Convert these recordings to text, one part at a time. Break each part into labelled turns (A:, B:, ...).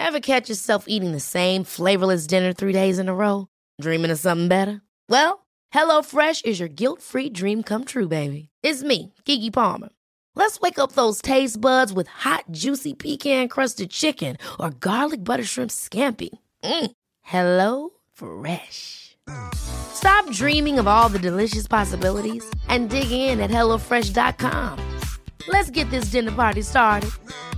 A: Ever catch yourself eating the same flavorless dinner 3 days in a row? Dreaming of something better? Well, HelloFresh is your guilt-free dream come true, baby. It's me, Keke Palmer. Let's wake up those taste buds with hot, juicy pecan-crusted chicken or garlic butter shrimp scampi. Hello Fresh. Stop dreaming of all the delicious possibilities and dig in at HelloFresh.com. Let's get this dinner party started.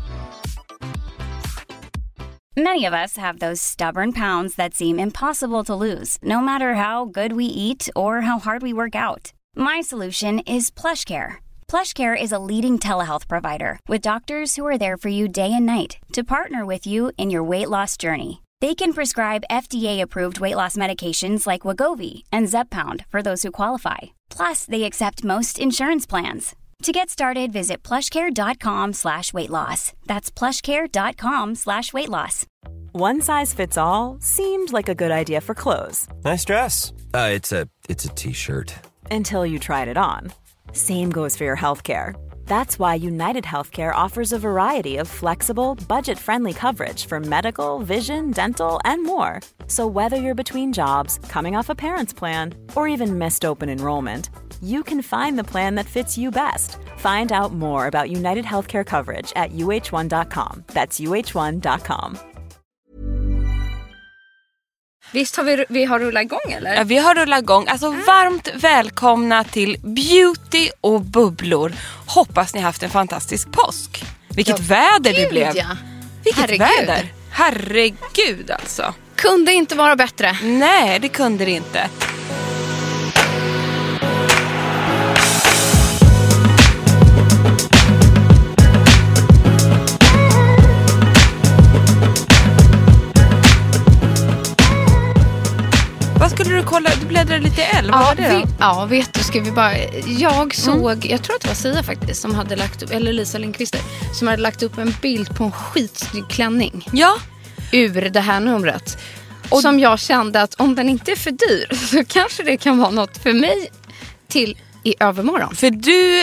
B: Many of us have those stubborn pounds that seem impossible to lose, no matter how good we eat or how hard we work out. My solution is PlushCare. PlushCare is a leading telehealth provider with doctors who are there for you day and night to partner with you in your weight loss journey. They can prescribe FDA-approved weight loss medications like Wegovy and Zepbound for those who qualify. Plus, they accept most insurance plans. To get started, visit plushcare.com/weightloss. That's plushcare.com/weightloss.
C: One size fits all seemed like a good idea for clothes.
D: Nice dress. It's a t-shirt.
C: Until you tried it on. Same goes for your healthcare. That's why United Healthcare offers a variety of flexible, budget-friendly coverage for medical, vision, dental, and more. So whether you're between jobs, coming off a parent's plan, or even missed open enrollment, you can find the plan that fits you best. Find out more about United Healthcare coverage at uh1.com. That's uh1.com.
E: Visst har vi har rullat igång, eller?
F: Ja, vi har rullat igång. Alltså varmt välkomna till Beauty och bubblor. Hoppas ni haft en fantastisk påsk. Vilket väder det blev.
E: Ja.
F: Vilket
E: Herregud.
F: väder. Herregud alltså.
E: Kunde inte vara bättre.
F: Nej, det kunde det inte. Vad skulle du kolla? Du bläddrade lite Vad var det då?
E: Vet du, ska vi bara... Jag såg, jag tror att det var Sia faktiskt som hade lagt upp, eller Lisa Lindqvist som hade lagt upp en bild på en skitsnygg klänning.
F: Ja.
E: Ur det här numret. Och som jag kände att om den inte är för dyr så kanske det kan vara något för mig till i övermorgon.
F: För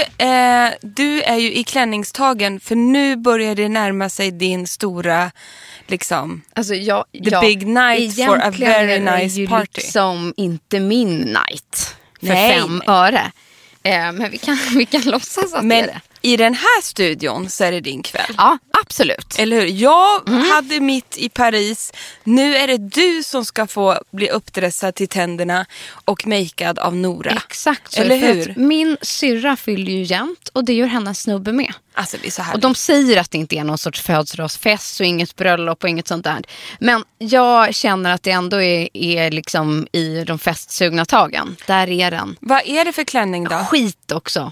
F: du är ju i klänningstagen, för nu börjar det närma sig din stora liksom,
E: alltså
F: the big night for a very nice party.
E: Liksom inte min night för
F: Nej.
E: 5 öre. Men vi kan låtsas att det är det.
F: I den här studion så är det din kväll.
E: Ja, absolut.
F: Eller hur? Jag hade mitt i Paris. Nu är det du som ska få bli uppdressad till tänderna och makead av Nora.
E: Exakt så.
F: Eller hur?
E: Min syrra fyller ju jämt och det gör hennes snubbe med.
F: Alltså det är så här.
E: Och de säger att det inte är någon sorts födelsedagsfest och inget bröllop och inget sånt där. Men jag känner att det ändå är liksom i de festsugna tagen. Där är den.
F: Vad är det för klänning då?
E: Skit också.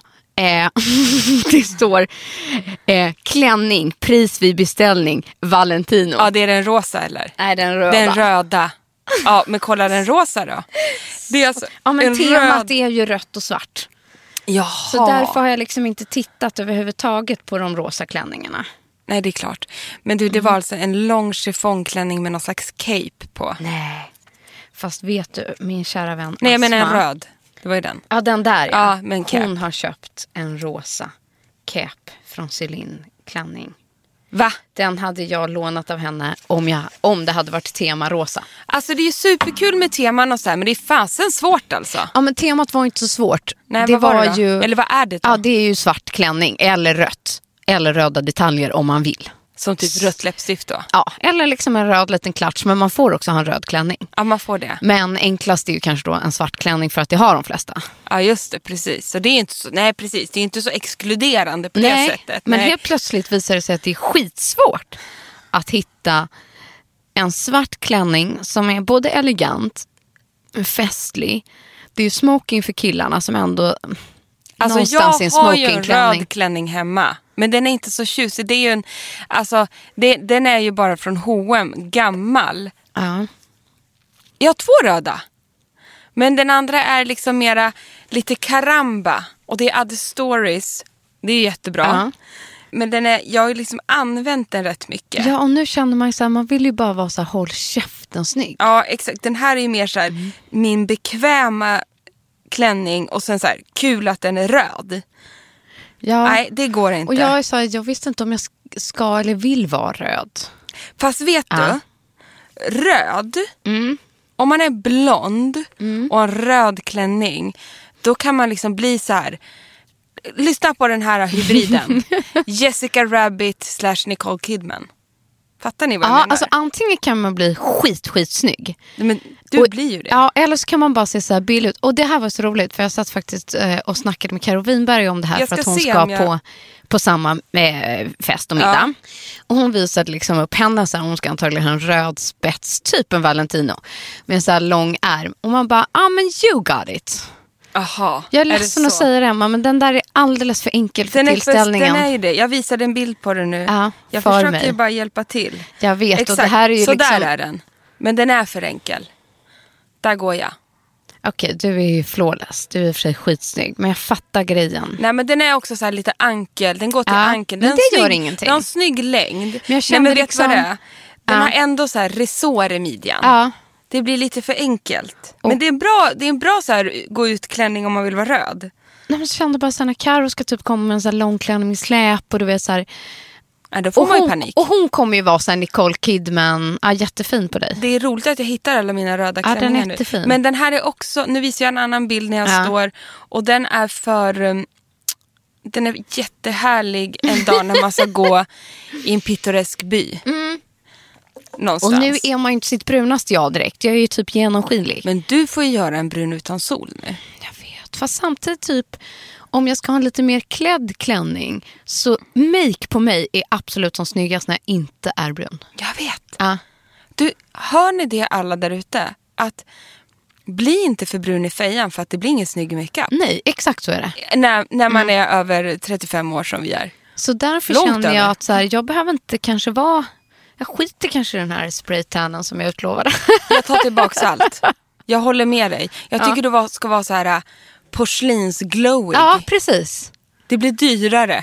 E: Det står klänning, pris vid beställning, Valentino.
F: Ja, det är den rosa eller?
E: Nej, den röda.
F: Den röda. Ja, men kolla den rosa då. Det är alltså
E: ja, men
F: en
E: temat är ju rött och svart.
F: Jaha.
E: Så därför har jag liksom inte tittat överhuvudtaget på de rosa klänningarna.
F: Nej, det är klart. Men du, det var alltså en lång chiffongklänning med någon slags cape på.
E: Nej, fast vet du, min kära vän
F: Nej, men en
E: Asma,
F: röd. Det var ju den.
E: Ja, den där.
F: Ja, men
E: hon har köpt en rosa cap från Celine klänning.
F: Va?
E: Den hade jag lånat av henne om det hade varit tema rosa.
F: Alltså det är ju superkul med teman och så här, men det är fasen svårt alltså.
E: Ja, men temat var inte så svårt.
F: Nej,
E: det
F: vad var det då?
E: ju...
F: Eller vad är det då?
E: Ja, det är ju svart klänning eller rött. Eller röda detaljer om man vill.
F: Som typ rött läppstift då?
E: Ja, eller liksom en röd liten klatsch. Men man får också ha en röd klänning.
F: Ja, man får det.
E: Men enklast är ju kanske då en svart klänning för att det har de flesta.
F: Ja, just det, precis. Så det är inte så, nej, precis. Det är inte så exkluderande på det sättet.
E: Men helt plötsligt visar det sig att det är skitsvårt att hitta en svart klänning som är både elegant, festlig. Det är ju smoking för killarna som ändå
F: alltså
E: någonstans
F: jag har ju en röd klänning hemma. Men den är inte så tjusig. Det är ju en, alltså, den är ju bara från H&M, gammal.
E: Ja.
F: Jag har 2 röda. Men den andra är liksom mera lite karamba. Och det är Other Stories. Det är jättebra.
E: Ja.
F: Men jag har ju liksom använt den rätt mycket.
E: Ja, och nu känner man ju så här, man vill ju bara vara så här, håll käften snygg.
F: Ja, exakt. Den här är ju mer så här, min bekväma klänning. Och sen så här, kul att den är röd.
E: Ja.
F: Nej, det går inte.
E: Och jag är så här, jag visste inte om jag ska eller vill vara röd.
F: Fast vet du, röd, om man är blond och en röd klänning, då kan man liksom bli så här. Lyssna på den här hybriden. Jessica Rabbit / Nicole Kidman. Fattar ni vad jag menar?
E: Alltså antingen kan man bli skitsnygg.
F: Men du blir ju det.
E: Ja, eller så kan man bara se så här billigt ut. Och det här var så roligt, för jag satt faktiskt och snackade med Karo Winberg om det här. För att hon ska på samma fest och middag. Ja. Och hon visade liksom upp henne så här, hon ska antagligen ha en röd spets, typ en Valentino. Med en så här lång ärm. Och man bara, men you got it.
F: Aha,
E: jag är ledsen att säga det, Emma, men den där är alldeles för enkel för tillställningen.
F: Den är ju det. Jag visade en bild på den nu.
E: Ja,
F: jag försöker ju bara hjälpa till.
E: Jag vet.
F: Exakt.
E: Och det här är ju
F: så
E: liksom...
F: där är den. Men den är för enkel. Där går jag.
E: Okej, du är ju flawless. Du är i och för sig skitsnygg. Men jag fattar grejen.
F: Nej, men den är också så här lite ankel. Den går till ankeln.
E: Men det gör ingenting.
F: Den har en snygg längd.
E: Men jag känner
F: vet
E: liksom...
F: vad det är? Den har ändå så här resår i midjan.
E: Ja.
F: Det blir lite för enkelt. Men det är en bra så här, gå ut klänning om man vill vara röd.
E: Nej, men jag kände bara så när Karo ska typ komma med en så här lång klänning med släp. Och du vet så här...
F: Ja, då får man ju panik.
E: Och hon kommer ju vara så här Nicole Kidman. Ja, jättefin på dig.
F: Det är roligt att jag hittar alla mina röda klänningar
E: den är jättefin.
F: Nu. Men den här är också, nu visar jag en annan bild när jag står. Och den är den är jättehärlig en dag när man ska gå i en pittoresk by. Någonstans.
E: Och nu är man ju inte sitt brunaste jag direkt. Jag är ju typ genomskinlig.
F: Men du får ju göra en brun utan sol nu.
E: Jag vet. Fast samtidigt typ, om jag ska ha en lite mer klädd klänning, så make på mig är absolut som snyggast när jag inte är brun.
F: Jag vet.
E: Ja.
F: Du, hör ni det alla där ute? Att bli inte för brun i fejan, för att det blir ingen snygg makeup.
E: Nej, exakt så är det.
F: När man är över 35 år som vi är.
E: Så därför känner jag att så här, jag behöver inte kanske vara... Jag skiter kanske i den här spraytannen som jag utlovade.
F: Jag tar tillbaka allt. Jag håller med dig. Jag tycker du ska vara så här porslinsglowig.
E: Ja, precis.
F: Det blir dyrare.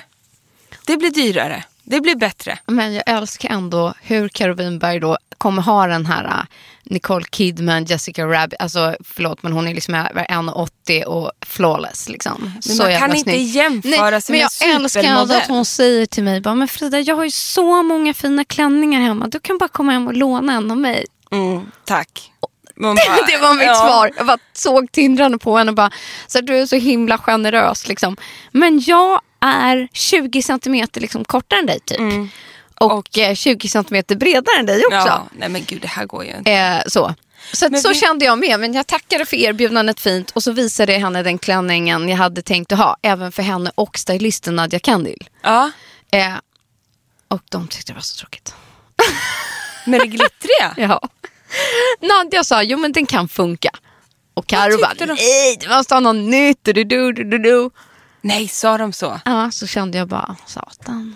F: Det blir bättre.
E: Men jag älskar ändå hur Karo Winberg då kommer ha den här Nicole Kidman, Jessica Rabbit. Alltså, förlåt, men hon är liksom 1,80 och flawless liksom.
F: Men
E: så
F: man kan inte jämföra sig med en supermodell.
E: Men jag älskar att hon säger till mig bara, men Frida, jag har ju så många fina klänningar hemma. Du kan bara komma hem och låna en av mig.
F: Tack.
E: Bara, det var mitt svar. Jag bara såg tindrande på henne och bara, så du är så himla generös liksom. Men jag är 20 centimeter liksom kortare än dig typ. Och 20 centimeter bredare än dig också.
F: Ja, nej men gud, det här går ju inte.
E: Så kände jag med. Men jag tackade för erbjudandet fint. Och så visade jag henne den klänningen jag hade tänkt att ha. Även för henne och stylisten Nadia Kandil.
F: Ja.
E: Och de tyckte det var så tråkigt.
F: Men det glittriga?
E: Ja. Nadia sa, jo men den kan funka. Och Karo bara, nej, det måste ha något nytt. Du.
F: Nej, sa de så?
E: Ja, så kände jag bara, satan.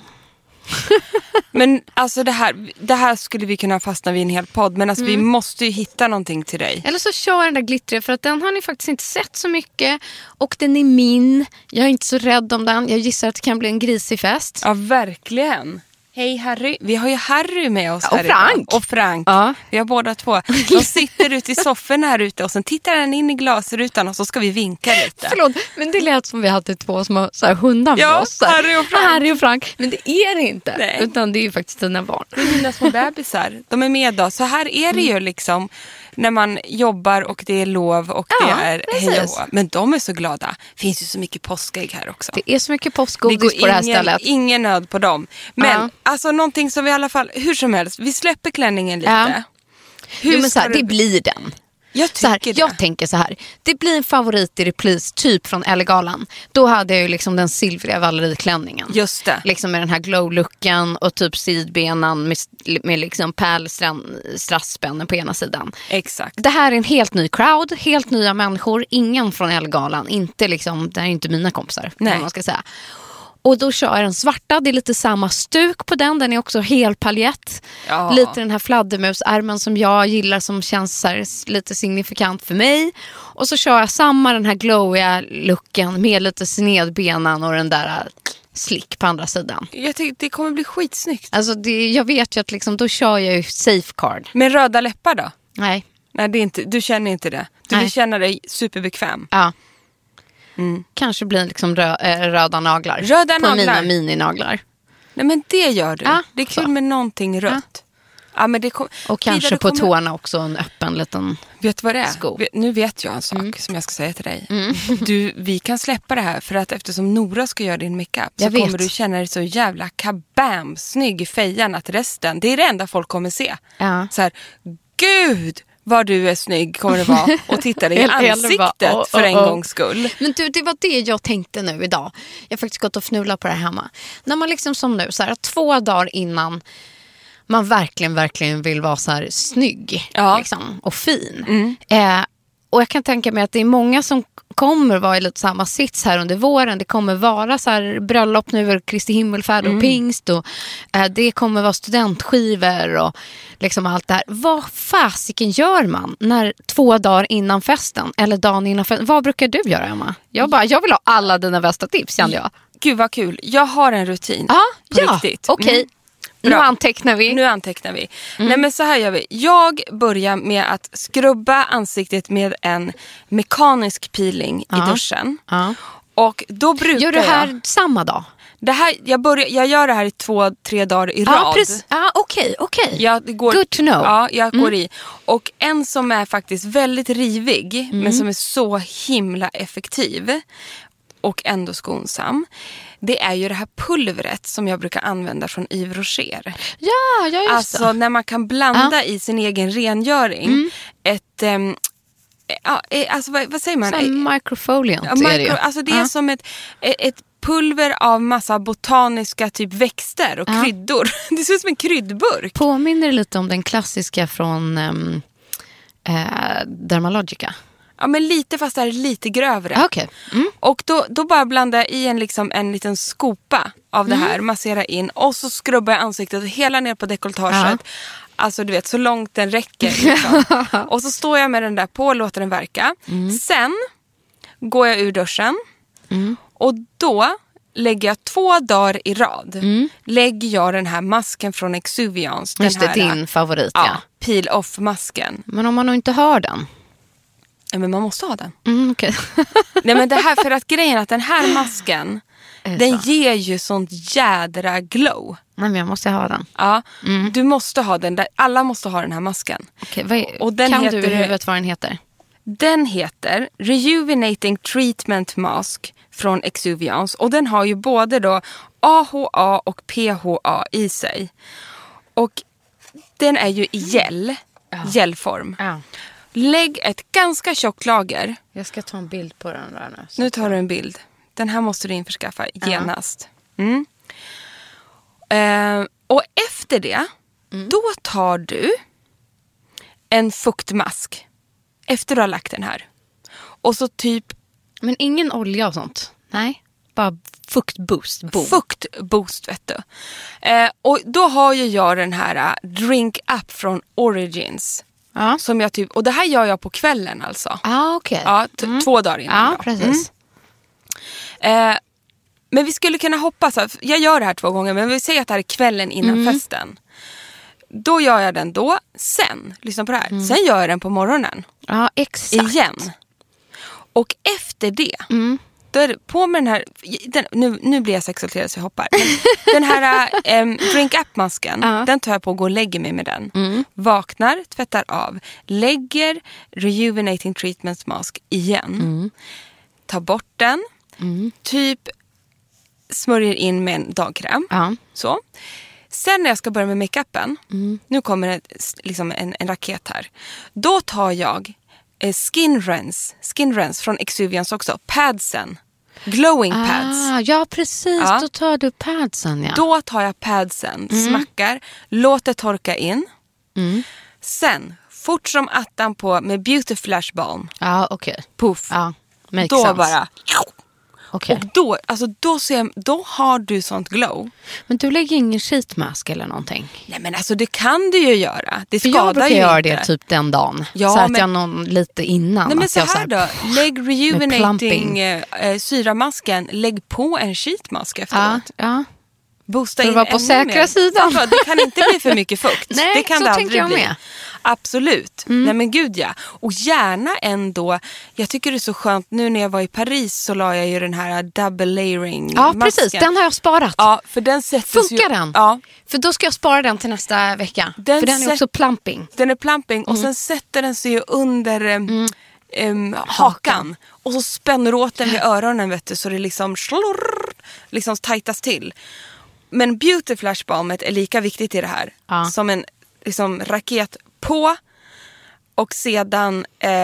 F: Men alltså det här skulle vi kunna fastna vid en hel podd. Men alltså vi måste ju hitta någonting till dig.
E: Eller så kör den där glittriga, för att den har ni faktiskt inte sett så mycket. Och den är min. Jag är inte så rädd om den. Jag gissar att det kan bli en grisig fest.
F: Ja, verkligen. Hej Harry. Vi har ju Harry med oss här
E: och Frank.
F: Idag. Och Frank.
E: Ja.
F: Vi har båda två. De sitter ute i soffan här ute och sen tittar den in i glasrutan och så ska vi vinka lite.
E: Förlåt, men det lät som vi hade två små så här hundar med oss. Harry och Frank. Men det är det inte. Nej. Utan det är ju faktiskt dina barn.
F: Det är mina små bebisar. De är med då. Så här är det ju liksom när man jobbar och det är lov och det är hej och hå. Men de är så glada. Det finns ju så mycket påskägg här också.
E: Det är så mycket påskgodis på det här stället.
F: Ingen nöd på dem. Men alltså någonting som vi i alla fall, hur som helst, vi släpper klänningen lite.
E: Jo, men så här, det blir den. Jag tänker så här. Det blir en favorit i repris typ från Elle-galan. Då hade jag ju liksom den silvriga valleriklänningen.
F: Just det.
E: Liksom med den här glow-looken och typ sidbenan med liksom pärlstrassspännen på ena sidan.
F: Exakt.
E: Det här är en helt ny crowd, helt nya människor. Ingen från Elle-galan. Inte liksom, det här är inte mina kompisar. Nej. Man ska säga. Och då kör den svarta, det är lite samma stuk på den. Den är också helpaljett. Ja. Lite den här fladdermusärmen som jag gillar, som känns så här lite signifikant för mig. Och så kör jag samma den här glowiga looken med lite snedbenan och den där slick på andra sidan.
F: Jag tycker det kommer bli skitsnyggt.
E: Alltså jag vet ju att liksom, då kör jag ju safeguard.
F: Med röda läppar då?
E: Nej.
F: Nej, det är inte, du känner inte det. Du vill känna dig superbekväm.
E: Ja. Kanske blir liksom röda naglar.
F: Röda
E: på
F: naglar.
E: Mina mininaglar.
F: Nej, men det gör du. Det är kul med någonting rött. Ja, men
E: och kanske på tårna också en öppen liten
F: vet vad det är?
E: sko.
F: Nu vet jag en sak som jag ska säga till dig. Vi kan släppa det här för att eftersom Nora ska göra din makeup så kommer du känna dig så jävla kabam, snygg i fejan att resten, det är det enda folk kommer se.
E: Ja.
F: Så här, gud vad du är snygg kommer det vara och titta dig i ansiktet för en gångs skull.
E: Men du, det var det jag tänkte nu idag. Jag har faktiskt gått och fnulat på det här hemma. När man liksom som nu, så här, 2 dagar innan man verkligen vill vara så här snygg liksom, och fin. Och jag kan tänka mig att det är många som kommer vara i lite samma sits här under våren. Det kommer vara så här bröllop nu över Kristi himmelfärd och pingst och det kommer vara studentskivor och liksom allt det här. Vad fasiken gör man när 2 dagar innan festen eller dagen innan festen? Vad brukar du göra, Emma? Jag vill ha alla dina bästa tips, kände jag.
F: Gud vad kul. Jag har en rutin på riktigt.
E: Okej. Nu antecknar vi.
F: Nej, men så här gör vi. Jag börjar med att skrubba ansiktet med en mekanisk peeling i duschen. Och då brukar
E: gör du det här samma dag?
F: Det här, jag gör det här i 2-3 dagar i rad.
E: Okej.
F: Good
E: to know.
F: Ja, jag går i. Och en som är faktiskt väldigt rivig men som är så himla effektiv och ändå skonsam. Det är ju det här pulvret som jag brukar använda från Yves Rocher.
E: Ja, just
F: alltså när man kan blanda i sin egen rengöring ett alltså vad säger man?
E: Som microfoliant är det ju.
F: Alltså det är som ett pulver av massa botaniska typ växter och kryddor. Det ser ut som en kryddburk.
E: Påminner lite om den klassiska från Dermalogica.
F: Ja, men lite, fast det är lite grövre.
E: Okay.
F: Och då bara blandar jag i en liten skopa av det här, massera in och så skrubbar jag ansiktet hela ner på dekolletaget. Alltså du vet, så långt den räcker liksom. Och så står jag med den där på och låter den verka. Sen går jag ur duschen och då lägger jag 2 dagar i rad. Lägger jag den här masken från Exuviance.
E: Just det, din favorit.
F: Ja, peel off masken.
E: Men om man nog inte har den?
F: Ja, men man måste ha den.
E: Okay.
F: Nej, men det här, för att grejen är att den här masken den ger ju sånt jädra glow.
E: Nej, men jag måste ha den.
F: Ja, du måste ha den. Alla måste ha den här masken.
E: Okay, och den kan heter, du i huvudet vad den heter?
F: Den heter Rejuvenating Treatment Mask från Exuviance. Och den har ju både då AHA och PHA i sig. Och den är ju i gelform. Ja. Lägg ett ganska tjockt lager.
E: Jag ska ta en bild på den där nu.
F: Nu tar du en bild. Den här måste du införskaffa genast. Och efter det, då tar du en fuktmask. Efter du har lagt den här. Och så typ...
E: Men ingen olja och sånt? Nej, bara fuktboost.
F: Fuktboost, vet du. Och då har ju jag den här Drink Up från Origins. Som jag typ, och det här gör jag på kvällen alltså.
E: Okay.
F: Ja, 2 dagar innan.
E: Ja, precis.
F: Men vi skulle kunna hoppas, jag gör det här 2 gånger, men vi säger att det här är kvällen innan festen. Då gör jag den då, sen, lyssna på det här, sen gör jag den på morgonen.
E: Ja, exakt.
F: Igen. Och efter det, då är det på med den här, nu blir jag så exalterad så jag hoppar. Den här Drink Up-masken, den tar jag på och går och lägger mig med den. Vaknar, tvättar av, lägger Rejuvenating Treatment Mask igen. Tar bort den, typ smörjer in med en dagkräm. Så. Sen när jag ska börja med makeupen, nu kommer det liksom en raket här. Då tar jag Skin Rinse från Exuviance också. Padsen. Glowing pads.
E: Ja, precis. Då tar du padsen, ja.
F: Då tar jag padsen, smackar, låter torka in. Sen, fort som attan på med Beauty Flash Balm.
E: Ja, okej.
F: Puff.
E: Ja, makes
F: då
E: sense.
F: bara...
E: Okay.
F: Och då har du sånt glow.
E: Men du lägger ingen sheetmask eller någonting?
F: Nej, men alltså det kan du ju göra. Det skadar
E: jag brukar
F: ju
E: göra
F: inte.
E: Det typ den dagen.
F: Ja,
E: så att jag någon lite innan.
F: Nej, men så här då. Lägg rejuvenating syramasken. Lägg på en sheetmask efteråt.
E: Ja.
F: Boosta
E: för
F: in
E: att vara på säkra sidan.
F: Det kan inte bli för mycket fukt.
E: Nej,
F: det kan
E: så
F: det
E: tänker jag
F: bli.
E: med.
F: Absolut. Nej men gud ja. Och gärna ändå, jag tycker det är så skönt, nu när jag var i Paris så la jag ju den här double layering masken.
E: Precis, den har jag sparat.
F: Ja, för den sätter
E: Funkar den?
F: Ja.
E: För då ska jag spara den till nästa vecka. För den är också plumping.
F: Den är plumping och sen sätter den sig ju under hakan. Och så spänner du åt den vid öronen, vet du, så det liksom tajtas till. Men Beauty Flash Balmet är lika viktigt i det här. Som en liksom, raket på och sedan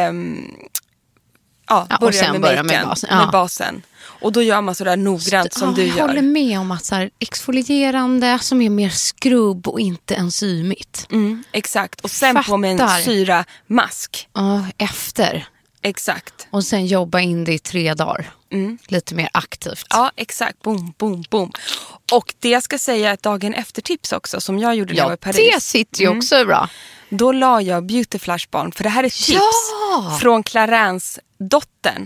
F: börja med basen. Och då gör man sådär noggrant som du gör.
E: Jag håller med om att så här, exfolierande som är mer skrubb och inte enzymigt.
F: Exakt. Och sen på med en syramask.
E: Efter.
F: Exakt.
E: Och sen jobba in det i 3 dagar. Lite mer aktivt.
F: Ja, exakt. Boom, boom, boom. Och det jag ska säga är ett dagen efter tips också som jag gjorde när jag var i Paris.
E: Det sitter ju också bra.
F: Då la jag Beauty Flash Balm, för det här är tips från Clarins dottern.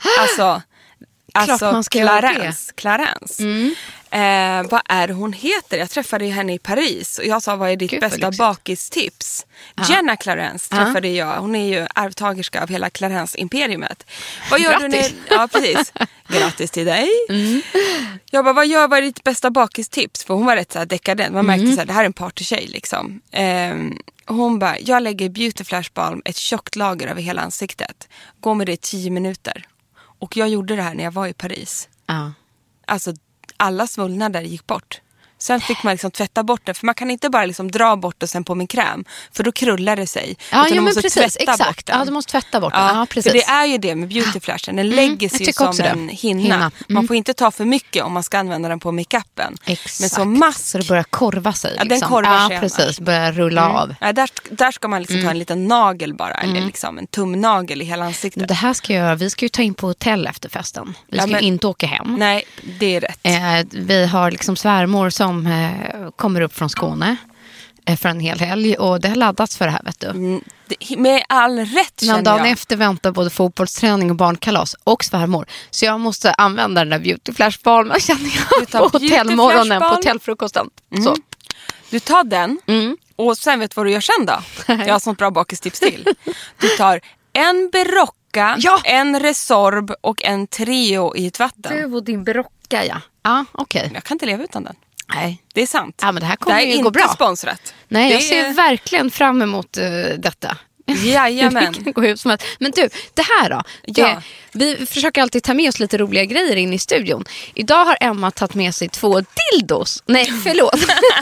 F: Alltså
E: man ska
F: Clarins. Vad är hon heter? Jag träffade henne i Paris och jag sa, vad är ditt bästa bakistips? Jenna Clarins träffade jag. Hon är ju arvtagerska av hela Clarins-imperiumet. Vad gör du när... Ja, precis. Grattis till dig. Jag bara, vad är ditt bästa bakistips? För hon var rätt så här dekadent. Man märkte så här, det här är en partytjej liksom. Och hon bara, jag lägger Beauty Flash Balm, ett tjockt lager över hela ansiktet. Gå med det i 10 minuter. Och jag gjorde det här när jag var i Paris. Alltså alla svullnader gick bort. Sen fick man liksom tvätta bort det. För man kan inte bara liksom dra bort det sen på min kräm. För då krullar det sig.
E: Ja,
F: utan
E: men
F: måste
E: precis,
F: tvätta
E: exakt.
F: bort den.
E: Ja, du måste tvätta bort den. Ja, precis.
F: För det är ju det med beautyflashen. Den lägger sig ju som en hinna. Man får inte ta för mycket om man ska använda den på makeupen.
E: Exakt.
F: Men som mask...
E: Så det börjar korva sig.
F: Ja, den korvar sig.
E: Ja, precis. Börjar rulla av.
F: Ja, där ska man liksom ta en liten nagel bara. Eller liksom en tumnagel i hela ansiktet.
E: Det här ska jag göra. Vi ska ju ta in på hotell efter festen. Vi ska ju inte åka hem.
F: Nej, det är rätt.
E: Vi har liksom svärmor som kommer upp från Skåne för en hel helg. Och det har laddats för det här, vet du.
F: Med all rätt, känner jag.
E: Dagen efter väntar både fotbollsträning och barnkalas och svärmor. Så jag måste använda den där Beauty Flash Balm, känner jag, på hotellmorgonen, på hotellfrukosten. Så.
F: Du tar den och sen vet vad du gör sen då? Jag har sånt bra bakistips till. Du tar en Berocca, en Resorb och en Treo i ett vatten.
E: Du och din Berocca, ja. Ja, okej.
F: Jag kan inte leva utan den.
E: Nej.
F: Det är sant.
E: Ja, men det här kommer ju gå bra.
F: Det är inte sponsrat.
E: Nej, jag ser verkligen fram emot detta.
F: Jajamän.
E: Men du, det här då? Vi försöker alltid ta med oss lite roliga grejer in i studion. Idag har Emma tagit med sig 2 dildos. Nej, förlåt.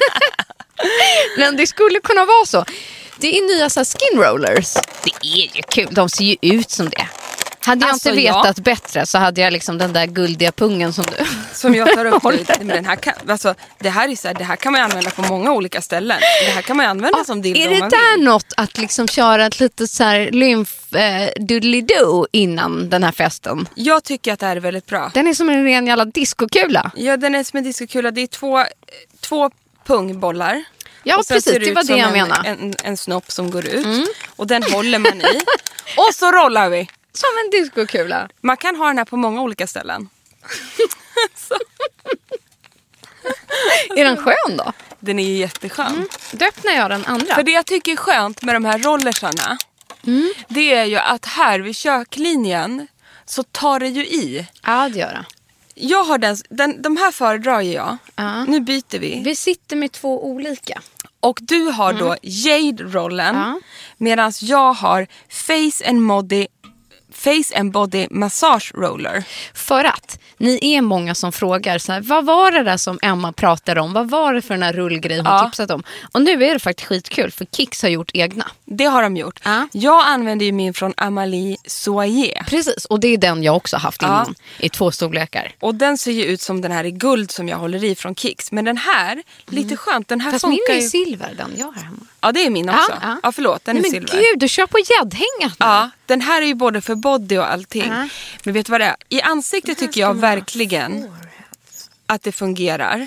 E: Men det skulle kunna vara så. Det är nya så här, skin rollers. Det är ju kul. De ser ju ut som det. Hade jag inte vetat bättre så hade jag liksom den där guldiga pungen som du.
F: Som jag tar upp nu. Men den här det här är så här, det här kan man använda på många olika ställen. Det här kan man använda som dildo.
E: Är det där något att liksom köra ett litet så här doodly-doo innan den här festen?
F: Jag tycker att det här är väldigt bra.
E: Den är som en ren jävla diskokula.
F: Ja, den är som en diskokula. Det är två pungbollar.
E: Ja, precis. Det var det jag menade.
F: En snopp som går ut. Och den håller man i. Och så rollar vi.
E: Som en diskokula.
F: Man kan ha den här på många olika ställen.
E: Är den skön då?
F: Den är ju jätteskön.
E: Då öppnar jag den andra.
F: För det jag tycker är skönt med de här rollersarna, det är ju att här vid köklinjen så tar det ju i.
E: Ja, det gör det.
F: Jag har de här föredrar jag. Nu byter vi.
E: Vi sitter med 2 olika.
F: Och du har då Jade-rollen. Medan jag har Face and Body Massage Roller.
E: För att ni är många som frågar så här, vad var det där som Emma pratade om? Vad var det för den här rullgrejen hon tipsat om? Och nu är det faktiskt skitkul för Kicks har gjort egna.
F: Det har de gjort. Jag använder ju min från Amalie Soyer.
E: Precis, och det är den jag också haft innan i 2 storlekar.
F: Och den ser ju ut som den här i guld som jag håller i från Kicks. Men den här, lite skönt, den här
E: fast
F: funkar
E: min är
F: ju...
E: silver, den jag har hemma.
F: Ja, det är min också. Ja, förlåt, den är silver.
E: Men gud, du kör på gäddhängat nu.
F: Ja, den här är ju både för body och allting. Men vet du vad det är? I ansiktet tycker jag verkligen att det fungerar.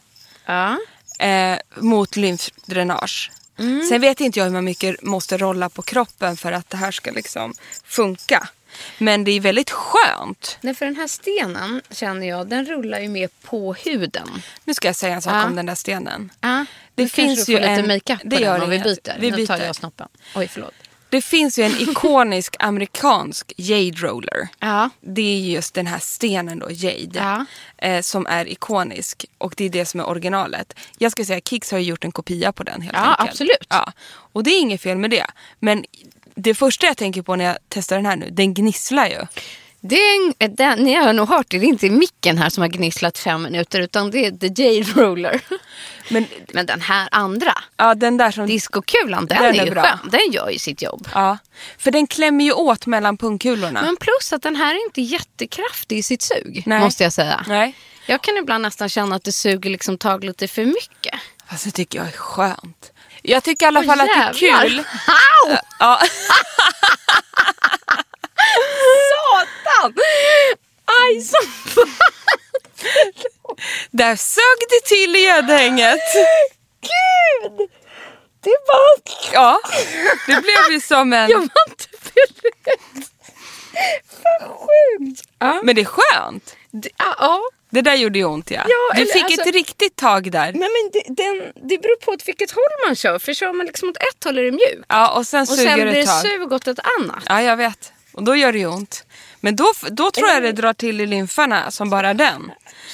F: Mot lymfdränage. Sen vet inte jag hur man mycket måste rolla på kroppen för att det här ska liksom funka. Men det är väldigt skönt.
E: Nej, för den här stenen känner jag, den rullar ju mer på huden.
F: Nu ska jag säga en sak om den där stenen.
E: Det finns ju lite makeup på den om vi byter.
F: Vi
E: tar jag snoppen. Oj, förlåt.
F: Det finns ju en ikonisk amerikansk Jade Roller.
E: Ja.
F: Det är just den här stenen då, Jade. Som är ikonisk. Och det är det som är originalet. Jag ska säga, Kicks har ju gjort en kopia på den helt enkelt.
E: Absolut.
F: Ja, och det är inget fel med det. Men det första jag tänker på när jag testar den här nu, den gnisslar ju.
E: Ni har nog hört det är inte micken här som har gnisslat 5 minuter utan det är The Jade Roller. Men den här andra,
F: den där som
E: diskokulan, den är ju bra. Skön. Den gör ju sitt jobb.
F: Ja, för den klämmer ju åt mellan pungkulorna.
E: Men plus att den här är inte jättekraftig i sitt sug,
F: Nej.
E: måste jag säga.
F: Nej.
E: Jag kan ibland nästan känna att det suger liksom tag lite för mycket.
F: Fast det tycker jag är skönt. Jag tycker i alla fall att det är kul.
E: Ja. Satan! Aj, så
F: där sög det till i gäddhänget.
E: Gud! Det var...
F: Ja, det blev ju som en...
E: Jag var inte beredd. Vad sjukt. Ja.
F: Men det är skönt.
E: Ja.
F: Det där gjorde ju ont, du fick ett riktigt tag där.
E: Nej, men det beror på åt vilket håll man kör. För kör man liksom åt ett håll är det mjukt.
F: Ja, och sen suger det ett tag.
E: Och sen blir det sug åt ett annat.
F: Ja, jag vet. Och då gör det ju ont. Men då tror jag det drar till i lymfarna som bara den.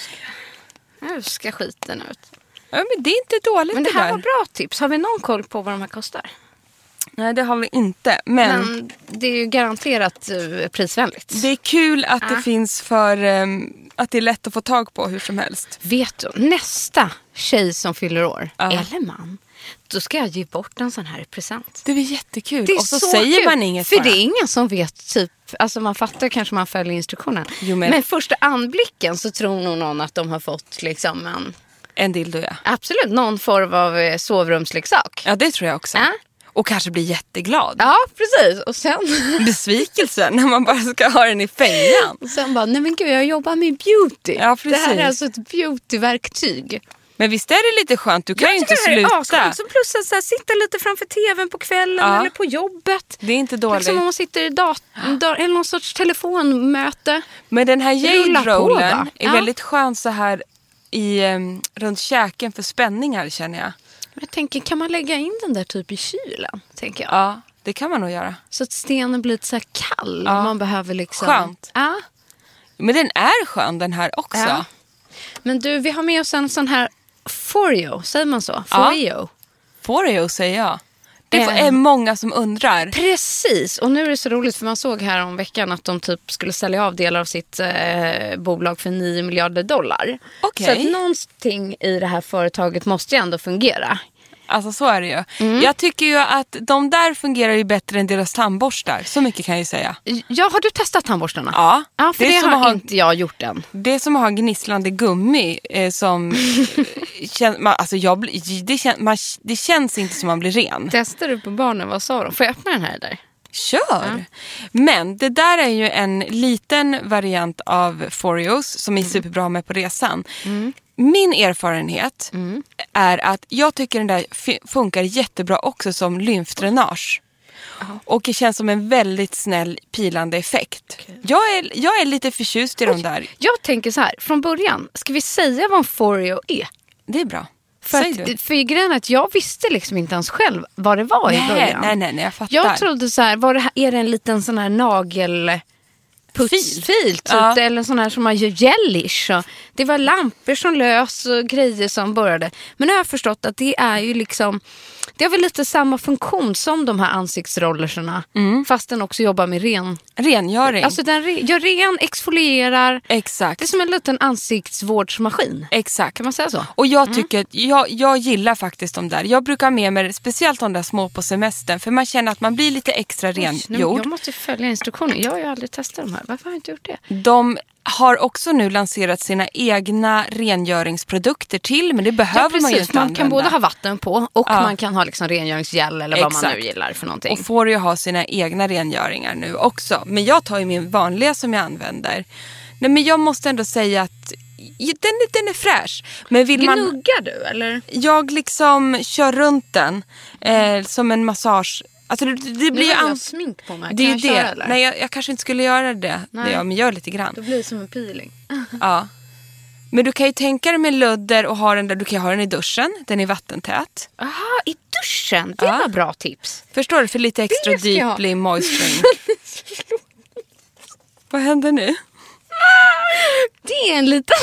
E: Nu ska skiten ut.
F: Ja, men det är inte dåligt.
E: Men det här
F: där.
E: var bra tips. Har vi någon koll på vad de här kostar?
F: Nej, det har vi inte. Men
E: det är ju garanterat prisvänligt.
F: Det är kul att det finns för... att det är lätt att få tag på hur som helst.
E: Vet du, nästa tjej som fyller år, eller man, då ska jag ge bort en sån här present.
F: Det är jättekul.
E: Det är
F: och så
E: säger
F: kul. Man inget
E: för det är ingen som vet typ, alltså man fattar kanske man följer instruktionen. Men första anblicken så tror nog någon att de har fått liksom
F: en dildo, ja.
E: Absolut, någon form av sovrumsleksak.
F: Ja, det tror jag också. Och kanske blir jätteglad.
E: Ja, precis. Och sen...
F: besvikelsen när man bara ska ha den i fejan.
E: Och sen bara, nej men gud, jag jobbar med beauty.
F: Ja, precis.
E: Det här är alltså ett beautyverktyg.
F: Men visst är det lite skönt? Du kan ju inte sluta.
E: Så plus att så här, sitta lite framför tvn på kvällen eller på jobbet.
F: Det är inte dåligt.
E: Liksom om man sitter i eller någon sorts telefonmöte.
F: Men den här Jade Rollen är väldigt skön så här runt käken för spänningar, känner jag.
E: Jag tänker, kan man lägga in den där typ i kylen? Tänker jag.
F: Ja, det kan man nog göra.
E: Så att stenen blir lite så här kall. Ja. Man behöver liksom...
F: Skönt.
E: Ja.
F: Men den är skön, den här också. Ja.
E: Men du, vi har med oss en sån här Foreo, säger man så? Foreo.
F: Foreo säger jag. Det är många som undrar.
E: Precis, och nu är det så roligt för man såg här om veckan att de typ skulle sälja av delar av sitt bolag för $9 miljarder.
F: Okay.
E: Så att någonting i det här företaget måste ju ändå fungera.
F: Alltså så är det ju. Jag tycker ju att de där fungerar ju bättre än deras tandborstar. Så mycket kan jag ju säga.
E: Ja, har du testat tandborstarna?
F: Ja,
E: för det har inte jag gjort än.
F: Det är som att ha gnisslande gummi som... alltså det känns inte som man blir ren.
E: Testar du på barnen? Vad sa de? Får jag öppna den här där?
F: Kör! Ja. Men det där är ju en liten variant av Foreos som är superbra med på resan. Min erfarenhet är att jag tycker den där funkar jättebra också som lymfdränage. Och det känns som en väldigt snäll pilande effekt. Okay. Jag är lite förtjust i de där.
E: Jag tänker så här, från början, ska vi säga vad en Foreo är?
F: Det är bra.
E: För grejen är att jag visste liksom inte ens själv vad det var i början.
F: Nej, jag fattar.
E: Jag trodde så här, är det en liten sån här nagelputsfil typ, eller en sån här som man gör gelish. Det var lampor som lös och grejer som började. Men nu har jag förstått att det är ju liksom, det har väl lite samma funktion som de här ansiktsrollerserna. Fast den också jobbar med rengöring. Alltså den gör ren, exfolierar.
F: Exakt.
E: Det är som en liten ansiktsvårdsmaskin.
F: Exakt.
E: Kan man säga så?
F: Och jag tycker att jag gillar faktiskt de där. Jag brukar med mig speciellt de där små på semestern. För man känner att man blir lite extra rengjord.
E: Jag måste följa instruktioner. Jag har ju aldrig testat de här. Varför har jag inte gjort det?
F: De har också nu lanserat sina egna rengöringsprodukter till, men det behöver man ju inte
E: man
F: använda.
E: Kan både ha vatten på och man kan ha liksom rengöringsgel eller vad man nu gillar för någonting.
F: Och får ju ha sina egna rengöringar nu också. Men jag tar ju min vanliga som jag använder. Nej, men jag måste ändå säga att den är fräsch. Men
E: Gnuggar du eller?
F: Jag liksom kör runt den som en massage. Alltså det blir ju...
E: Jag smink på mig.
F: Det
E: kan
F: är
E: jag
F: det.
E: köra, eller?
F: Nej, jag kanske inte skulle göra det.
E: Nej.
F: Ja, men gör lite grann.
E: Då blir det som en peeling.
F: Ja. Men du kan ju tänka dig med ludder och ha den där. Du kan ju ha den i duschen. Den är vattentät.
E: Aha, i duschen. Det var bra tips.
F: Förstår du? För lite extra
E: Det ska jag ha.
F: deeply moisturing. Vad händer nu?
E: Det är en liten...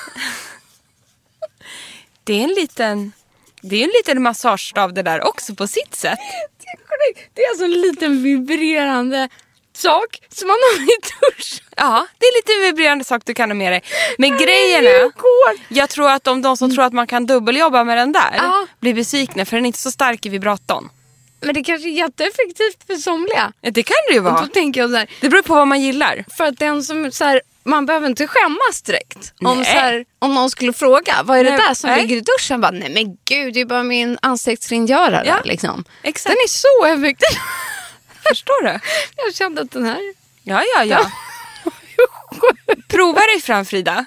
F: Det är en liten massagestav det där också på sitt sätt.
E: Det är alltså en liten vibrerande sak som man har i duschen.
F: Ja, det är lite vibrerande sak du kan ha med dig. Men grejen är, jag tror att de som tror att man kan dubbeljobba med den där blir besvikna för den är inte så stark i vibratorn.
E: Men det kanske är jätteeffektivt för somliga.
F: Ja, det kan det ju
E: Och
F: vara.
E: då tänker jag så här,
F: Det beror på vad man gillar.
E: för att den som så här, man behöver inte skämmas direkt. Om,
F: Nej.
E: så här, om någon skulle fråga, vad är det
F: Nej,
E: där som
F: nej.
E: ligger i duschen? Bara, nej men gud, det är bara min ansiktsrengörare.
F: Ja,
E: liksom.
F: exakt.
E: Den är så effektiv.
F: Förstår du?
E: Jag kände att den här...
F: Ja. Prova dig fram, Frida.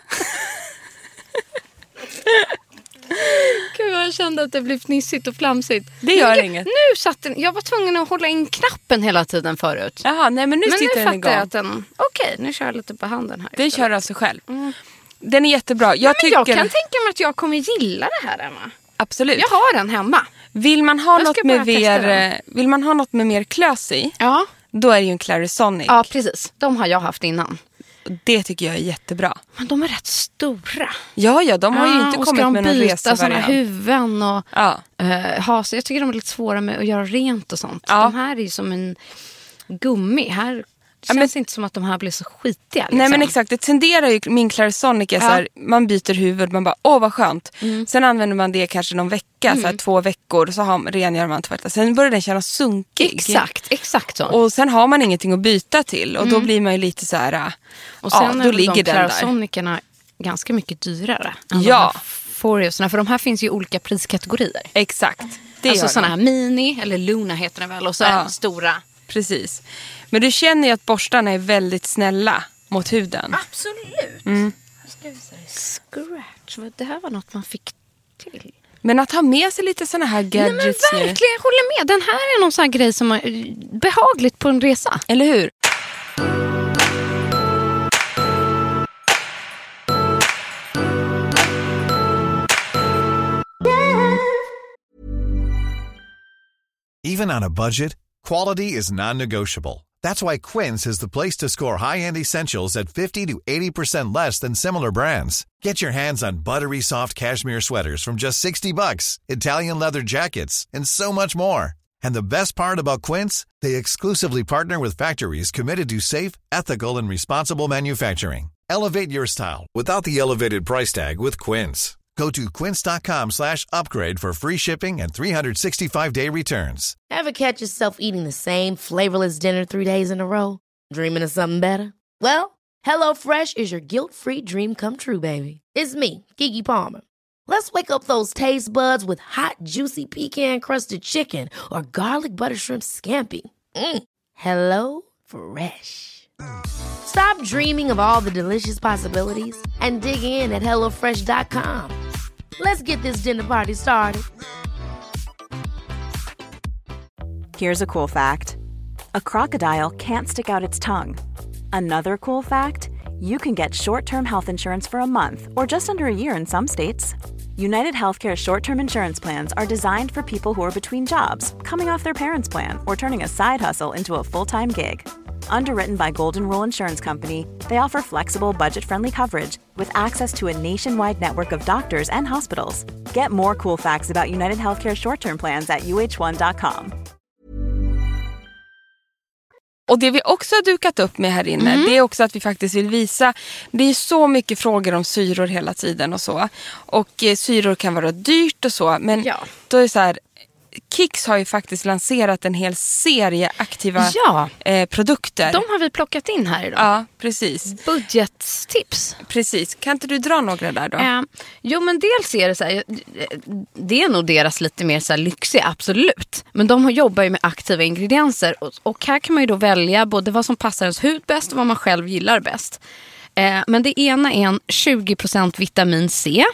E: Gud, jag kände att det blev fnissigt och flamsigt.
F: Det gör
E: Men
F: inget.
E: Nu satt den, jag var tvungen att hålla in knappen hela tiden förut.
F: Jaha, nej men nu
E: Men
F: sitter
E: nu
F: den igång.
E: fattar jag att den... Okej, nu kör jag lite på handen här.
F: Den kör alltså själv. Den är jättebra. Jag
E: Men jag
F: tycker...
E: kan tänka mig att jag kommer gilla det här, Emma.
F: Absolut.
E: Jag har den hemma.
F: Vill man ha
E: Jag
F: något
E: ska bara
F: med
E: testa
F: mer, vill man ha något med mer klös i,
E: Ja.
F: då är det ju en Clarisonic.
E: Ja, precis. De har jag haft innan.
F: Det tycker jag är jättebra.
E: Men de är rätt stora.
F: Ja, de har ju inte
E: och
F: kommit
E: ska de
F: med någon
E: byta såna
F: resevariant.
E: huvuden och
F: Ja.
E: ha, så jag tycker de är lite svåra med att göra rent och sånt.
F: Ja.
E: De här är ju som en gummi. Här känns inte som att de här blir så skitiga. Liksom.
F: Nej men exakt, det tenderar ju, min Clarisonic är så här, man byter huvud, man bara, åh vad skönt. Sen använder man det kanske någon vecka, så här 2 veckor, så rengör man tvätten. Sen börjar den kännas sunkig.
E: Exakt så.
F: Och sen har man ingenting att byta till, och då blir man ju lite så här,
E: Och sen
F: då
E: är
F: ligger
E: de
F: den där.
E: Clarisonicerna ganska mycket dyrare än
F: Ja.
E: de här Foreosarna. För de här finns ju i olika priskategorier.
F: Exakt, det
E: Alltså
F: gör
E: sådana
F: de.
E: här mini, eller Luna heter den väl, och så här stora.
F: Precis. Men du känner ju att borstarna är väldigt snälla mot huden.
E: Absolut. Nu ska vi se. Scratch. Det här var något man fick till.
F: Men att ha med sig lite såna här gadgets
E: Nej men verkligen, jag håller med. Den här är någon sån här grej som är behagligt på en resa.
F: Eller hur?
G: Even on a budget, quality is non-negotiable. That's why Quince is the place to score high-end essentials at 50 to 80% less than similar brands. Get your hands on buttery soft cashmere sweaters from just $60, Italian leather jackets, and so much more. And the best part about Quince, they exclusively partner with factories committed to safe, ethical, and responsible manufacturing. Elevate your style without the elevated price tag with Quince. Go to quince.com/upgrade for free shipping and 365-day returns.
A: Ever catch yourself eating the same flavorless dinner 3 days in a row? Dreaming of something better? Well, HelloFresh is your guilt-free dream come true, baby. It's me, Keke Palmer. Let's wake up those taste buds with hot, juicy pecan-crusted chicken or garlic butter shrimp scampi. Hello Fresh. Stop dreaming of all the delicious possibilities and dig in at HelloFresh.com. Let's get this dinner party started.
C: Here's a cool fact. A crocodile can't stick out its tongue. Another cool fact, you can get short-term health insurance for a month or just under a year in some states. United Healthcare short-term insurance plans are designed for people who are between jobs, coming off their parents' plan, or turning a side hustle into a full-time gig. Underwritten by Golden Rule Insurance Company, they offer flexible, budget-friendly coverage with access to a nationwide network of doctors and hospitals. Get more cool facts about United Healthcare short-term plans at uh1.com.
F: Och det vi också har dukat upp med här inne, det är också att vi faktiskt vill visa, det är så mycket frågor om syror hela tiden och så. Och syror kan vara dyrt och så, men då är det så här, Kicks har ju faktiskt lanserat en hel serie aktiva produkter.
E: De har vi plockat in här idag.
F: Ja, precis.
E: Budgettips.
F: Precis. Kan inte du dra några där då?
E: Jo, men dels är det så här, det är nog deras lite mer så här lyxiga, absolut. Men de jobbar ju med aktiva ingredienser. Och här kan man ju då välja både vad som passar ens hud bäst och vad man själv gillar bäst. Men det ena är en 20% vitamin C.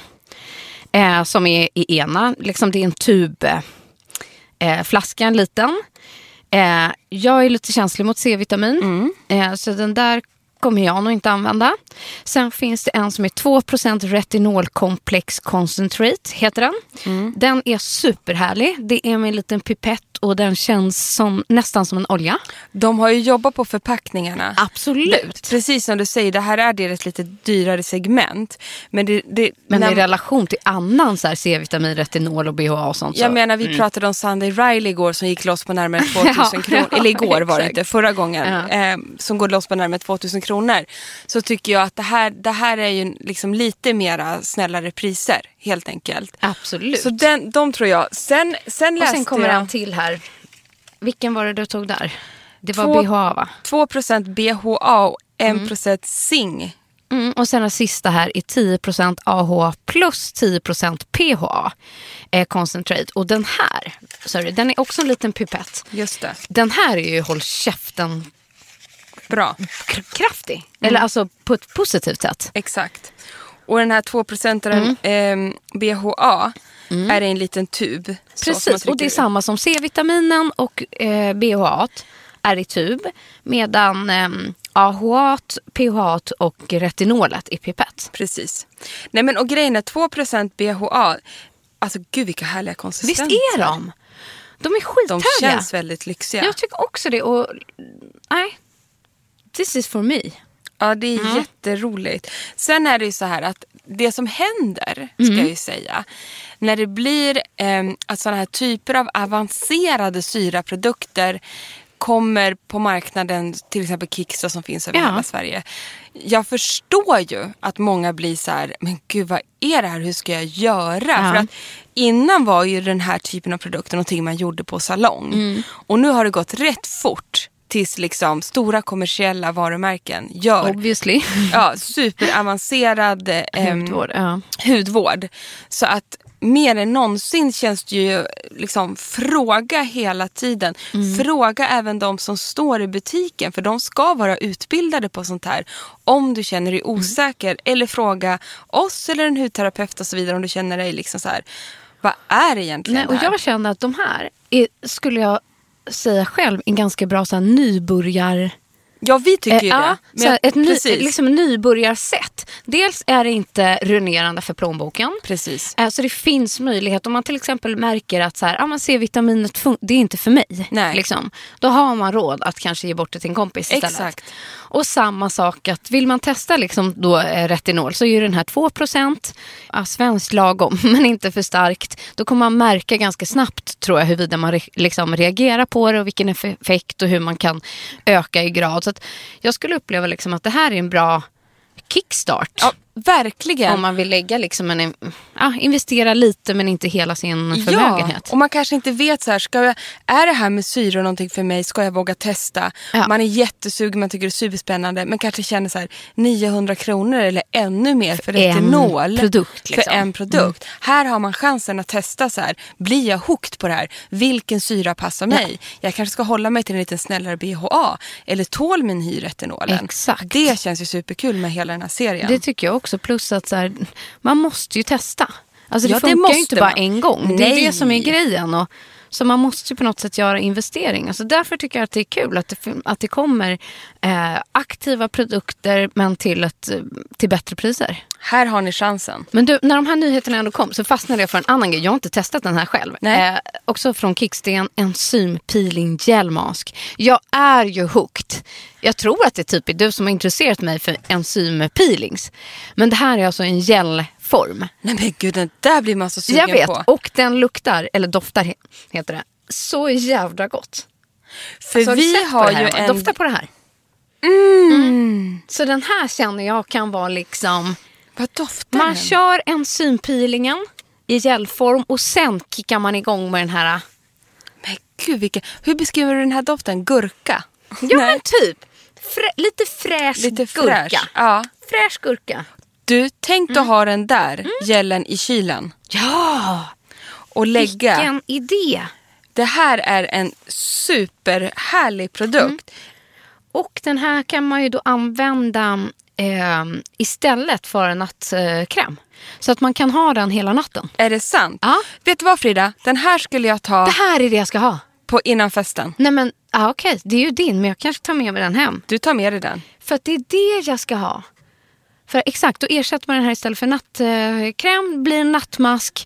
E: Som är i ena, liksom det är en tub... flaskan liten. Jag är lite känslig mot C-vitamin. Så den där kommer jag nog inte använda. Sen finns det en som är 2% retinolkomplex concentrate, heter den. Den är superhärlig. Det är med en liten pipett och den känns som, nästan som en olja.
F: De har ju jobbat på förpackningarna.
E: Absolut.
F: Precis som du säger, det här är deras lite dyrare segment. Men
E: i relation till annan så här C-vitamin, retinol och BHA och sånt.
F: Jag menar, vi pratade om Sunday Riley igår som gick loss på närmare 2000 kronor. Eller igår var det inte, förra gången. Som går loss på närmare 2000 kronor. Så tycker jag att det här är ju liksom lite mera snällare priser, helt enkelt.
E: Absolut.
F: Så de tror jag. Sen läste
E: och sen kommer
F: jag...
E: en till här. Vilken var det du tog där? Det var BHA, va? 2%
F: BHA och 1% zink.
E: Och sen den sista här är 10% AHA plus 10% PHA concentrate. Och den här, den är också en liten pipett.
F: Just det.
E: Den här är ju, håll käften,
F: bra.
E: Kraftig. Eller alltså på ett positivt sätt.
F: Exakt. Och den här 2% BHA är en liten tub.
E: Precis, och det är samma som C-vitaminen och BHA är i tub. Medan AHA, PHA och retinolet i pipett.
F: Precis. Nej, men och grejen är 2% BHA. Alltså gud, vilka härliga konsistenser.
E: Visst är de? De är skithärliga.
F: De känns väldigt lyxiga.
E: Jag tycker också det. Och nej, this is for me.
F: Ja, det är jätteroligt. Sen är det ju så här att det som händer, ska jag ju säga, när det blir att sådana här typer av avancerade syraprodukter kommer på marknaden, till exempel Kixta som finns över hela Sverige. Jag förstår ju att många blir så här, men gud, vad är det här? Hur ska jag göra? För att innan var ju den här typen av produkter någonting man gjorde på salong. Och nu har det gått rätt fort tills liksom stora kommersiella varumärken gör
E: obviously
F: superavancerad hudvård. Så att mer än någonsin känns det ju liksom, fråga hela tiden. Fråga även de som står i butiken, för de ska vara utbildade på sånt här. Om du känner dig osäker, eller fråga oss eller en hudterapeut och så vidare om du känner dig liksom så här, vad är det egentligen?
E: Nej, och jag känner att de här skulle jag säga själv, en ganska bra så här, nybörjar...
F: Ja, vi tycker ju det.
E: Men ett liksom nybörjarsätt. Dels är det inte ruinerande för plånboken.
F: Precis.
E: Så det finns möjlighet. Om man till exempel märker att så här, man ser vitaminet, det är inte för mig.
F: Nej.
E: Liksom, då har man råd att kanske ge bort det till en kompis istället.
F: Exakt.
E: Och samma sak att vill man testa liksom då retinol, så är ju den här 2%, svenskt lagom men inte för starkt. Då kommer man märka ganska snabbt, tror jag, huruvida man liksom reagerar på det och vilken effekt och hur man kan öka i grad. Så att jag skulle uppleva liksom att det här är en bra kickstart.
F: Ja, verkligen.
E: Om man vill lägga liksom investera lite men inte hela sin förmögenhet.
F: Ja, och man kanske inte vet så här, är det här med syre någonting för mig? Ska jag våga testa? Ja. Man är jättesugen, man tycker det är superspännande, men kanske känner så här 900 kronor eller ännu mer för retinol.
E: Produkt, liksom.
F: För en produkt. Här har man chansen att testa så här, blir jag hooked på det här? Vilken syra passar mig? Jag kanske ska hålla mig till en lite snällare BHA eller tål min retinolen.
E: Exakt.
F: Det känns ju superkul med hela den här serien.
E: Det tycker jag också, plus att så här, man måste ju testa. Alltså det funkar ju inte bara en gång. Nej. Det är det som är grejen. Och, så man måste ju på något sätt göra investeringar. Alltså därför tycker jag att det är kul att det kommer aktiva produkter, men till bättre priser.
F: Här har ni chansen.
E: Men du, när de här nyheterna ändå kom så fastnade jag för en annan grej. Jag har inte testat den här själv. Också från Kixta, en enzympeeling gelmask. Jag är ju hooked. Jag tror att det typ är du som har intresserat mig för enzympeelings. Men det här är alltså en gelform.
F: Nej men gud, den där blir man så sugen på.
E: Jag vet, och den luktar, eller doftar heter det, så jävla gott.
F: För alltså, vi har ju en...
E: Dofta på det här. Så den här känner jag kan vara liksom...
F: Vad doftar
E: man
F: den?
E: Kör enzympeelingen i gelform och sen kickar man igång med den här...
F: Men gud, hur beskriver du den här doften? Gurka?
E: Ja, men typ. Lite fräsch gurka.
F: Ja.
E: Fräsch gurka.
F: Du tänkte ha den där gelen i kylen.
E: Ja!
F: Och lägga...
E: Vilken idé!
F: Det här är en superhärlig produkt.
E: Och den här kan man ju då använda istället för en nattkräm. Så att man kan ha den hela natten.
F: Är det sant?
E: Ja.
F: Vet du vad, Frida? Den här skulle jag ta...
E: Det här är det jag ska ha.
F: innan festen.
E: Nej men, okej. Det är ju din, men jag kanske tar med mig den hem.
F: Du tar med dig den.
E: För att det är det jag ska ha. För exakt, då ersätter man den här istället för nattkräm. Blir en nattmask.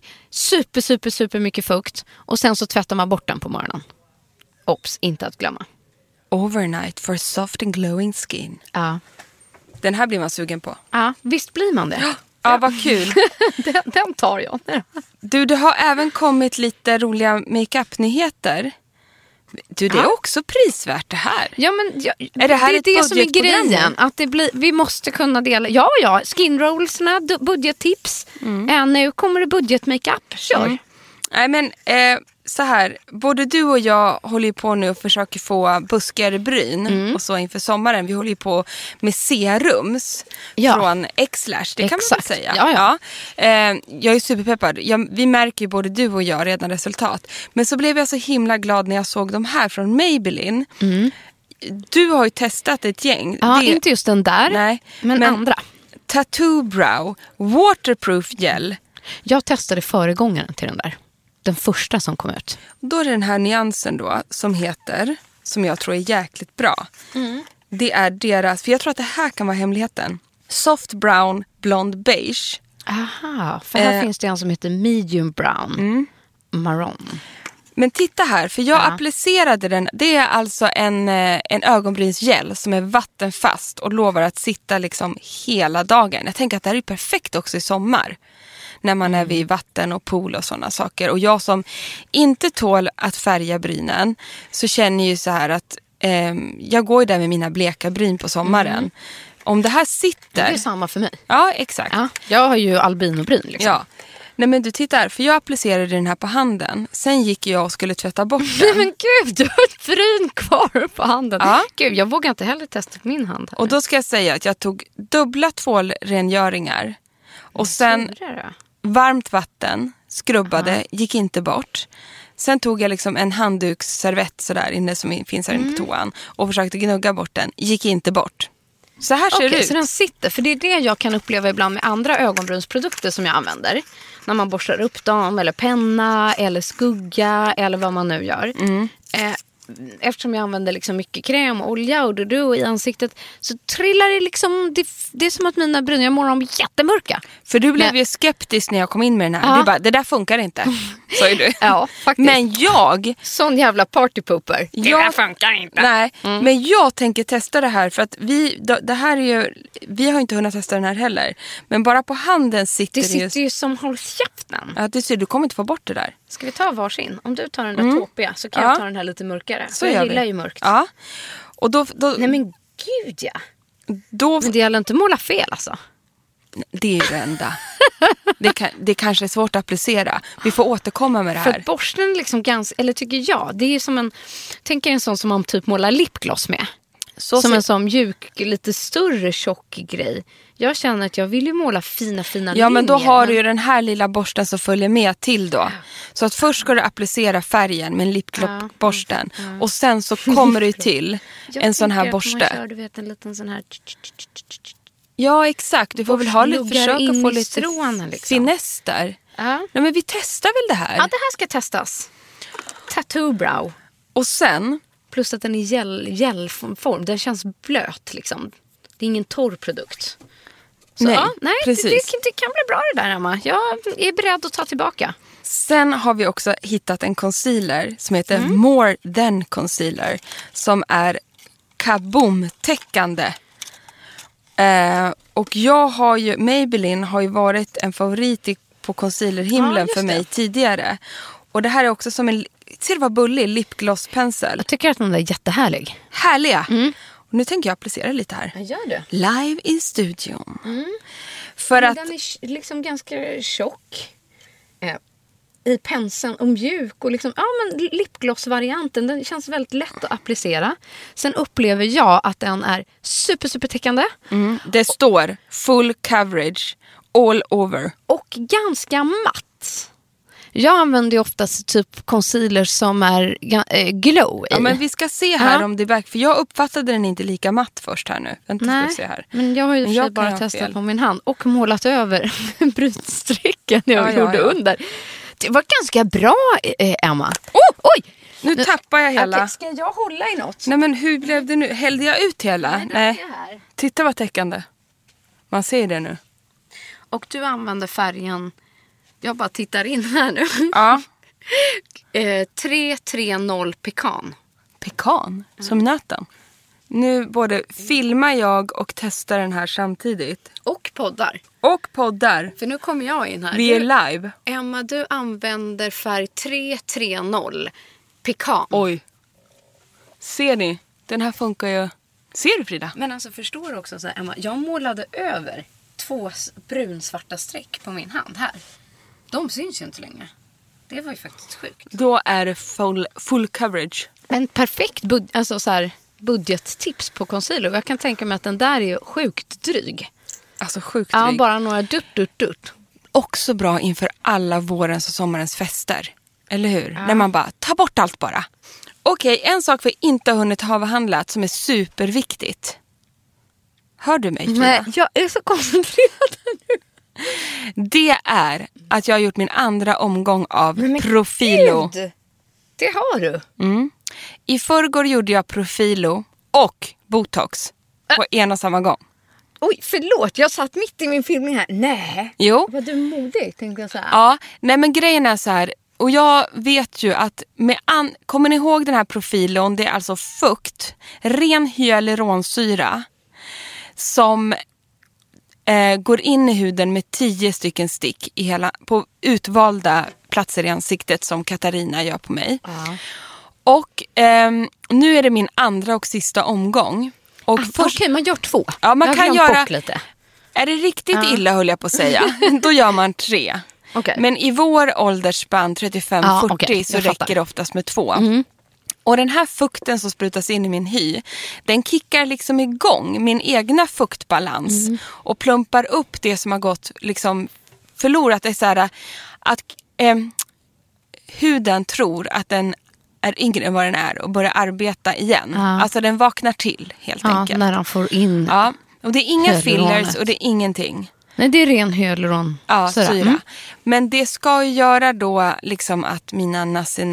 E: Super mycket fukt. Och sen så tvättar man bort den på morgonen. Ops, inte att glömma.
F: Overnight for soft and glowing skin.
E: Ja.
F: Den här blir man sugen på.
E: Ja, visst blir man det.
F: Ja, vad kul.
E: den tar jag.
F: Du, det har även kommit lite roliga makeup-nyheter. Du, det är också prisvärt det här.
E: Ja, men
F: är det här
E: är
F: ett
E: det som är
F: budgetprogram?
E: grejen. Att det blir, vi måste kunna dela. Ja, skinrollsna, budgettips. Nu kommer det budget-makeup. Kör.
F: Nej, men så här. Både du och jag håller ju på nu och försöker få buskigare bryn. Och så inför sommaren. Vi håller ju på med serums från Xlash. Det kan man väl säga.
E: Ja.
F: Jag är superpeppad. Vi märker ju både du och jag redan resultat. Men så blev jag så himla glad när jag såg de här från Maybelline. Du har ju testat ett gäng.
E: Ja, inte just den där.
F: Nej,
E: men andra.
F: Tattoo Brow Waterproof Gel.
E: Jag testade föregångaren till den där. Den första som kom ut.
F: Då är det den här nyansen då som heter, som jag tror är jäkligt bra. Det är deras, för jag tror att det här kan vara hemligheten. Soft Brown Blonde Beige.
E: Aha, för här finns det en som heter Medium Brown Marron.
F: Men titta här, för jag applicerade den. Det är alltså en ögonbrynsgel som är vattenfast och lovar att sitta liksom hela dagen. Jag tänker att det här är perfekt också i sommar. När man är vid vatten och pool och sådana saker. Och jag som inte tål att färga brynen, så känner ju så här att jag går ju där med mina bleka bryn på sommaren. Om det här sitter...
E: Det är samma för mig.
F: Ja, exakt.
E: Ja, jag har ju albinobryn liksom.
F: Ja. Nej, men du tittar, för jag applicerade den här på handen. Sen gick jag och skulle tvätta bort den.
E: Nej men gud, du har ett bryn kvar på handen.
F: Ja.
E: Gud, jag vågar inte heller testa på min hand.
F: Och då ska jag säga att jag tog dubbla tvålrengöringar. Och sen varmt vatten, skrubbade, gick inte bort. Sen tog jag liksom en handduksservett sådär inne som finns här inne på toan. Och försökte gnugga bort den. Gick inte bort. Så här ser det ut.
E: Så den sitter, för det är det jag kan uppleva ibland med andra ögonbrynsprodukter som jag använder. När man borstar upp dem, eller penna, eller skugga, eller vad man nu gör. Eftersom jag använder liksom mycket kräm och olja och i ansiktet, så trillar det liksom, det är som att mina bryn, jag målar dem jättemörka.
F: För du blev ju skeptisk när jag kom in med den här.
E: Ja.
F: Du bara, det där funkar inte. Så är du.
E: Ja, faktiskt.
F: Men jag...
E: Sån jävla partypooper. Det där funkar inte.
F: Nej, men jag tänker testa det här för att det här är ju... Vi har inte hunnit testa den här heller. Men bara på handen sitter
E: det sitter ju som håll käften.
F: Ja, du ser, du kommer inte få bort det där.
E: Ska vi ta varsin? Om du tar den där tåpiga så kan jag ta den här lite mörkare.
F: Så
E: jag gillar ju mörkt.
F: Ja. Och då...
E: Nej men gud ja.
F: Då...
E: Men det gäller inte att måla fel alltså.
F: Det är ju det enda. Det kanske är svårt att applicera. Vi får återkomma med det här.
E: För borsten är liksom ganska, eller tycker jag, det är som tänker en sån som man typ målar lipgloss med. Som en sån mjuk, lite större tjock grej. Jag känner att jag vill ju måla fina linjer.
F: Ja, men då har du ju den här lilla borsten som följer med till då. Så att först ska du applicera färgen med en lipglossborsten. Och sen så kommer du till en sån här borste.
E: Man kör, du vet, en liten sån här...
F: Ja, exakt. Du får väl ha lite, försöka få lite
E: stråna, liksom.
F: Finess där.
E: Ja.
F: Nej, men vi testar väl det här?
E: Ja, det här ska testas. Tattoo Brow.
F: Och sen...
E: Plus att den är gelform. Den känns blöt liksom. Det är ingen torr produkt. Så, nej,
F: precis.
E: Det kan bli bra det där, Emma. Jag är beredd att ta tillbaka.
F: Sen har vi också hittat en concealer som heter More Than Concealer. Som är kaboom-täckande. Och jag har ju, Maybelline har ju varit en favorit på concealerhimlen för mig tidigare. Och det här är också som en, ser det vad bullig, lipglosspensel.
E: Jag tycker att den är jättehärlig.
F: Härliga. Och nu tänker jag applicera lite här.
E: Jag gör det.
F: Live i studion. För att...
E: Den är liksom ganska tjock. I penseln och mjuk. Och liksom, men lipglossvarianten, den känns väldigt lätt att applicera. Sen upplever jag att den är super täckande.
F: Det står full coverage all over.
E: Och ganska matt. Jag använder ju oftast typ concealer som är glow i.
F: Ja, men vi ska se här om det verkar. För jag uppfattade den inte lika matt först här nu. Vänta, ska vi se här.
E: Men jag har ju bara testat på min hand. Och målat över brynstrecken jag gjorde under. Det var ganska bra, Emma. Oj!
F: Nu tappar jag hela.
E: Okej, ska jag hålla i något?
F: Nej, men hur blev det nu? Hällde jag ut hela?
E: Nej.
F: Titta vad täckande. Man ser det nu.
E: Och du använder färgen, jag bara tittar in här nu.
F: Ja.
E: 330 pekan.
F: Pekan, som nöten. Nu både filmar jag och testar den här samtidigt.
E: Och poddar.
F: Och poddar.
E: För nu kommer jag in här.
F: Vi är live.
E: Emma, du använder färg 330 pekan.
F: Oj. Ser ni? Den här funkar ju. Ser du, Frida?
E: Men alltså förstår du också så här, Emma, jag målade över 2 brunsvarta streck på min hand här. De syns ju inte längre. Det var ju faktiskt sjukt.
F: Då är det full coverage.
E: En perfekt budgettips på concealer. Jag kan tänka mig att den där är sjukt dryg.
F: Alltså sjukt
E: Ja,
F: dryg.
E: bara några dutt.
F: Också bra inför alla vårens och sommarens fester. Eller hur? När man bara, ta bort allt bara. Okej, en sak vi inte har hunnit avhandlat som är superviktigt. Hör du mig, Frida?
E: Nej, jag är så koncentrerad nu.
F: Det är att jag har gjort min andra omgång av Profilo.
E: Gud, det har du.
F: I förrgår gjorde jag Profilo och Botox på en och samma gång.
E: Oj, förlåt. Jag satt mitt i min filmning här. Nej.
F: Jo.
E: Vad du modig, tänkte jag säga.
F: Ja, nej men grejen är så här. Och jag vet ju att kommer ni ihåg den här Profilon? Det är alltså fukt, ren hyaluronsyra som går in i huden med 10 stycken stick på utvalda platser i ansiktet som Katarina gör på mig. Och nu är det min andra och sista omgång. Och
E: Okej, man gör 2.
F: Ja, man kan göra
E: lite.
F: Är det riktigt illa, höll jag på att säga, då gör man 3.
E: Okay.
F: Men i vår åldersspann 35-40 så räcker det oftast med 2. Och den här fukten som sprutas in i min hy, den kickar liksom igång min egna fuktbalans och plumpar upp det som har gått liksom förlorat. Det är så här att huden tror att den är yngre än vad den är och börjar arbeta igen. Alltså den vaknar till helt enkelt.
E: När han får in.
F: Ja, och det är inga fillers och det är ingenting.
E: Nej, det är ren hyaluron.
F: Ja, syra. Men det ska ju göra då liksom att mina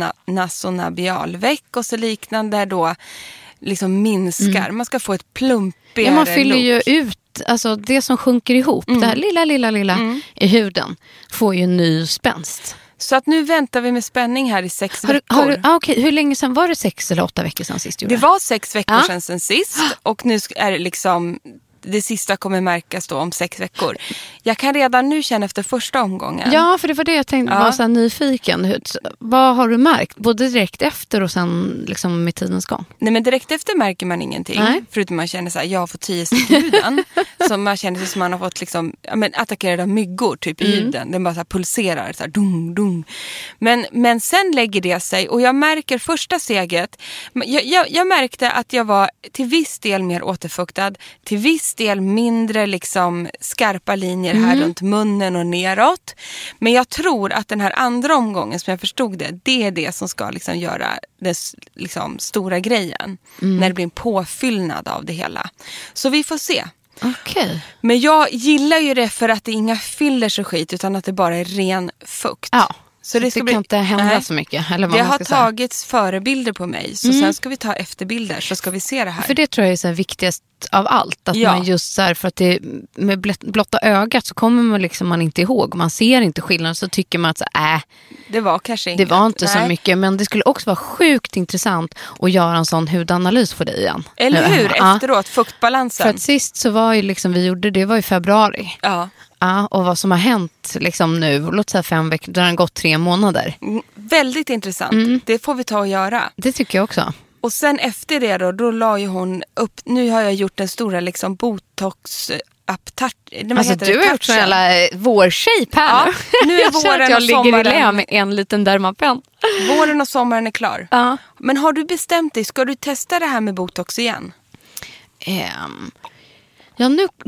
F: nasonabialveck och så liknande då liksom minskar. Man ska få ett plumpigare
E: man fyller
F: look.
E: ju ut, alltså det som sjunker ihop, det här lilla i huden får ju en ny spänst.
F: Så att nu väntar vi med spänning här i 6 veckor.
E: Okej. Hur länge sedan var det? 6 eller 8 veckor sedan sist?
F: Det var 6 veckor sedan sist. Och nu är det liksom... Det sista kommer märkas då om 6 veckor. Jag kan redan nu känna efter första omgången. Ja,
E: för det var det jag tänkte. Var så här nyfiken. Vad har du märkt? Både direkt efter och sen liksom med tidens gång.
F: Nej, men direkt efter märker man ingenting.
E: Nej.
F: Förutom man känner så här, jag har fått 10 stick i huden. Så man känner sig som man har fått liksom, attackerade av myggor typ i huden. Den bara så här pulserar. Så här, dung, dung. Men sen lägger det sig. Och jag märker första steget. Jag märkte att jag var till viss del mer återfuktad. Till viss del mindre liksom skarpa linjer här runt munnen och neråt. Men jag tror att den här andra omgången som jag förstod det är det som ska liksom göra den liksom stora grejen. När det blir en påfyllnad av det hela. Så vi får se.
E: Okej.
F: Men jag gillar ju det för att det är inga fillers och skit utan att det bara är ren fukt.
E: Ja.
F: Så det
E: kan inte hända så mycket. Eller vad
F: det
E: man
F: har
E: ska säga.
F: tagits förebilder på mig. Så sen ska vi ta efterbilder så ska vi se det här.
E: För det tror jag är så här viktigast av allt. Att man just så här, för att det med blotta ögat så kommer man inte ihåg. Man ser inte skillnaden så tycker man att så,
F: det var kanske
E: inget. Det var inte så mycket. Men det skulle också vara sjukt intressant att göra en sån hudanalys för dig igen.
F: Eller hur? Efteråt, fuktbalansen.
E: För att sist så var ju liksom, vi gjorde det var i februari.
F: Ja.
E: Ja, och vad som har hänt liksom nu, låt säga 5 veckor, då har den gått 3 månader.
F: Väldigt intressant. Det får vi ta och göra.
E: Det tycker jag också.
F: Och sen efter det då la ju hon upp, nu har jag gjort den stora liksom botox
E: alltså du har gjort sån jävla vårshape här nu.
F: Nu är våren
E: jag
F: och
E: ligger
F: sommaren.
E: I lä med en liten Dermapen.
F: Våren och sommaren är klar.
E: Ja.
F: Men har du bestämt dig, ska du testa det här med botox igen?
E: Ja,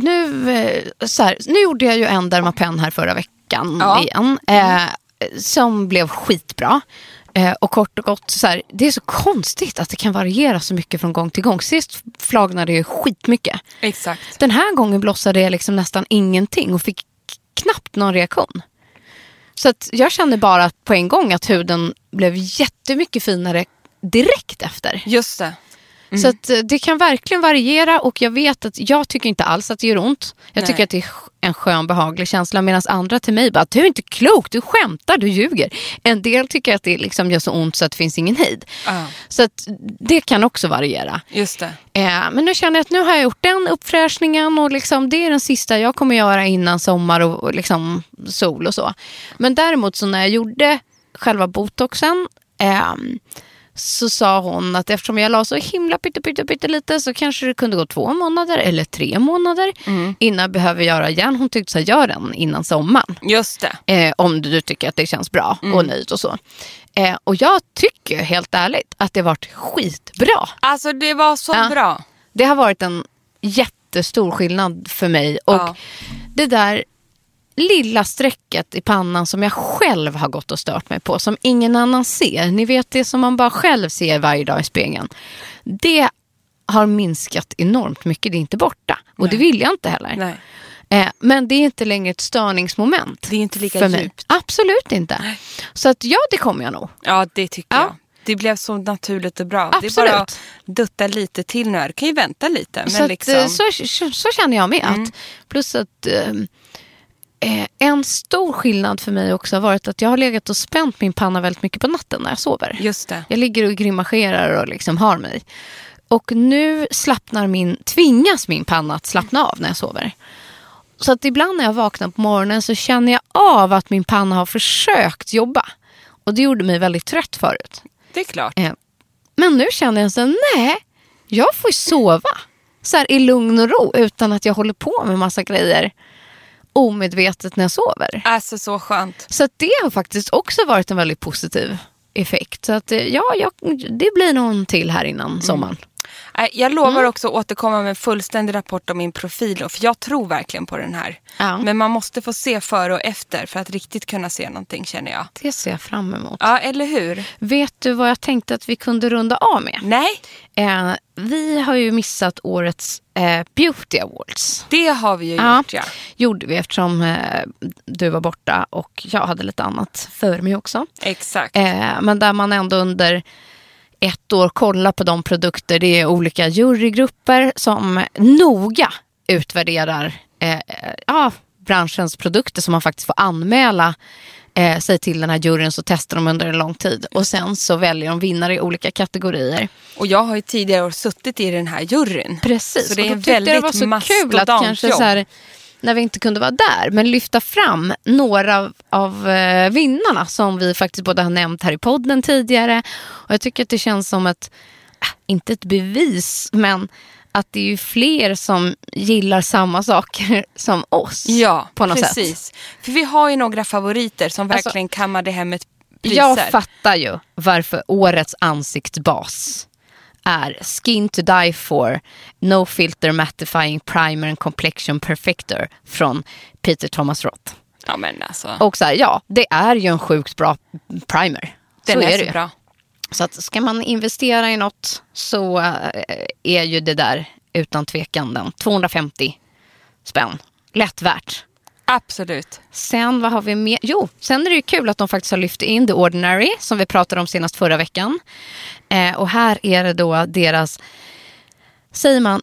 E: nu gjorde jag ju en Dermapen här förra veckan igen. Som blev skitbra. Och kort och gott, så här, det är så konstigt att det kan variera så mycket från gång till gång. Sist flagnade det ju skitmycket.
F: Exakt.
E: Den här gången blossade jag liksom nästan ingenting och fick knappt någon reaktion. Så att jag kände bara på en gång att huden blev jättemycket finare direkt efter.
F: Just det.
E: Så att det kan verkligen variera, och jag vet att jag tycker inte alls att det gör ont. Jag tycker att det är en skön, behaglig känsla, medan andra till mig bara, du är inte klok, du skämtar, du ljuger. En del tycker att det liksom gör så ont så att det finns ingen hejd. Så att det kan också variera.
F: Just det.
E: Men nu känner jag att nu har jag gjort den uppfräschningen, och liksom, det är den sista jag kommer göra innan sommar och liksom sol och så. Men däremot så när jag gjorde själva botoxen, så sa hon att eftersom jag la så himla pytte lite, så kanske det kunde gå 2 månader eller 3 månader innan jag behöver göra igen. Hon tyckte så här, gör den innan sommaren.
F: Just det.
E: Om du tycker att det känns bra och nöjd och så. Och jag tycker helt ärligt att det har varit skitbra.
F: Alltså det var så bra.
E: Det har varit en jättestor skillnad för mig. Och det där lilla strecket i pannan som jag själv har gått och stört mig på, som ingen annan ser. Ni vet, det som man bara själv ser varje dag i spegeln. Det har minskat enormt mycket. Det är inte borta. Och det vill jag inte heller.
F: Nej.
E: Men det är inte längre ett störningsmoment.
F: Det är inte lika
E: för mig.
F: djupt.
E: Absolut inte.
F: Nej.
E: Så att det kommer jag nog.
F: Ja, det tycker jag. Det blev så naturligt och bra.
E: Absolut.
F: Det är bara att dutta lite till nu. Du kan ju vänta lite. Men
E: så,
F: liksom...
E: så känner jag med. Att, plus att en stor skillnad för mig också har varit att jag har legat och spänt min panna väldigt mycket på natten när jag sover.
F: Just det.
E: Jag ligger och grimaserar och liksom har mig. Och nu tvingas min panna att slappna av när jag sover. Så att ibland när jag vaknar på morgonen så känner jag av att min panna har försökt jobba. Och det gjorde mig väldigt trött förut.
F: Det är klart.
E: Men nu känner jag så nej, jag får sova. Så här i lugn och ro utan att jag håller på med massa grejer omedvetet när jag sover.
F: Alltså så skönt.
E: Så att det har faktiskt också varit en väldigt positiv effekt. Så att det blir någon till här innan sommaren.
F: Jag lovar också att återkomma med en fullständig rapport om min profil. För jag tror verkligen på den här.
E: Ja.
F: Men man måste få se före och efter för att riktigt kunna se någonting, känner jag.
E: Det ser jag fram emot.
F: Ja, eller hur?
E: Vet du vad jag tänkte att vi kunde runda av med?
F: Nej.
E: Vi har ju missat årets Beauty Awards.
F: Det har vi ju gjort, ja.
E: Gjorde vi eftersom du var borta och jag hade lite annat för mig också.
F: Exakt.
E: Men där man ändå under 1 år kollar på de produkter. Det är olika jurygrupper som noga utvärderar branschens produkter som man faktiskt får anmäla sig till den här juryn, så testar de under en lång tid. Och sen så väljer de vinnare i olika kategorier.
F: Och jag har ju tidigare år suttit i den här juryn.
E: Precis.
F: Så det är en
E: väldigt det var så kul att kanske så här, när vi inte kunde vara där, men lyfta fram några av vinnarna som vi faktiskt både har nämnt här i podden tidigare. Och jag tycker att det känns som inte ett bevis, men att det är ju fler som gillar samma saker som oss.
F: Ja,
E: på något
F: precis.
E: sätt.
F: För vi har ju några favoriter som verkligen kammade hem ett priser.
E: Jag fattar ju varför årets ansiktsbas är Skin to Die For No Filter Mattifying Primer and Complexion Perfector från Peter Thomas Roth.
F: Ja, men alltså.
E: Och så här, det är ju en sjukt bra primer.
F: Den
E: så
F: är
E: det
F: så bra.
E: Så att ska man investera i något så är ju det där utan tvekan den 250 spänn. Lätt värt.
F: Absolut.
E: Sen vad har vi med? Jo, sen är det ju kul att de faktiskt har lyft in The Ordinary som vi pratade om senast förra veckan. Och här är det då deras, säger man,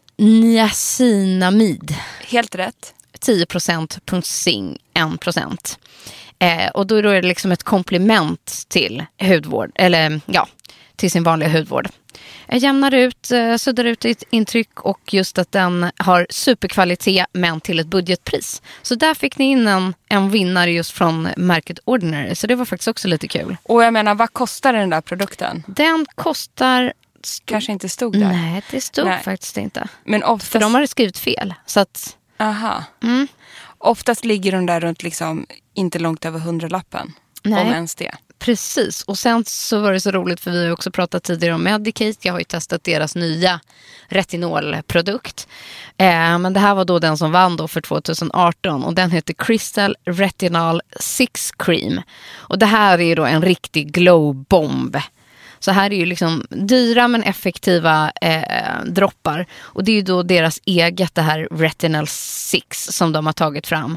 E: niacinamid.
F: Helt rätt.
E: 10% Punsing 1%. Och då är det liksom ett komplement till hudvård, eller till sin vanliga hudvård. Jag jämnar ut, suddar ut ett intryck, och just att den har superkvalitet men till ett budgetpris. Så där fick ni in en vinnare just från märket Ordinary, så det var faktiskt också lite kul.
F: Och jag menar, vad kostar den där produkten?
E: Den kostar...
F: Kanske inte stod där.
E: Nej, det stod faktiskt inte.
F: Men oftast...
E: För de hade skrivit fel, så att...
F: Aha. Oftast ligger de där runt liksom inte långt över 100-lappen.
E: Nej.
F: Om ens det.
E: Precis, och sen så var det så roligt för vi har också pratat tidigare om Medicate. Jag har ju testat deras nya retinolprodukt. Men det här var då den som vann då för 2018, och den heter Crystal Retinol 6 Cream. Och det här är ju då en riktig glow-bomb. Så här är ju liksom dyra men effektiva droppar. Och det är ju då deras eget, det här Retinol 6 som de har tagit fram.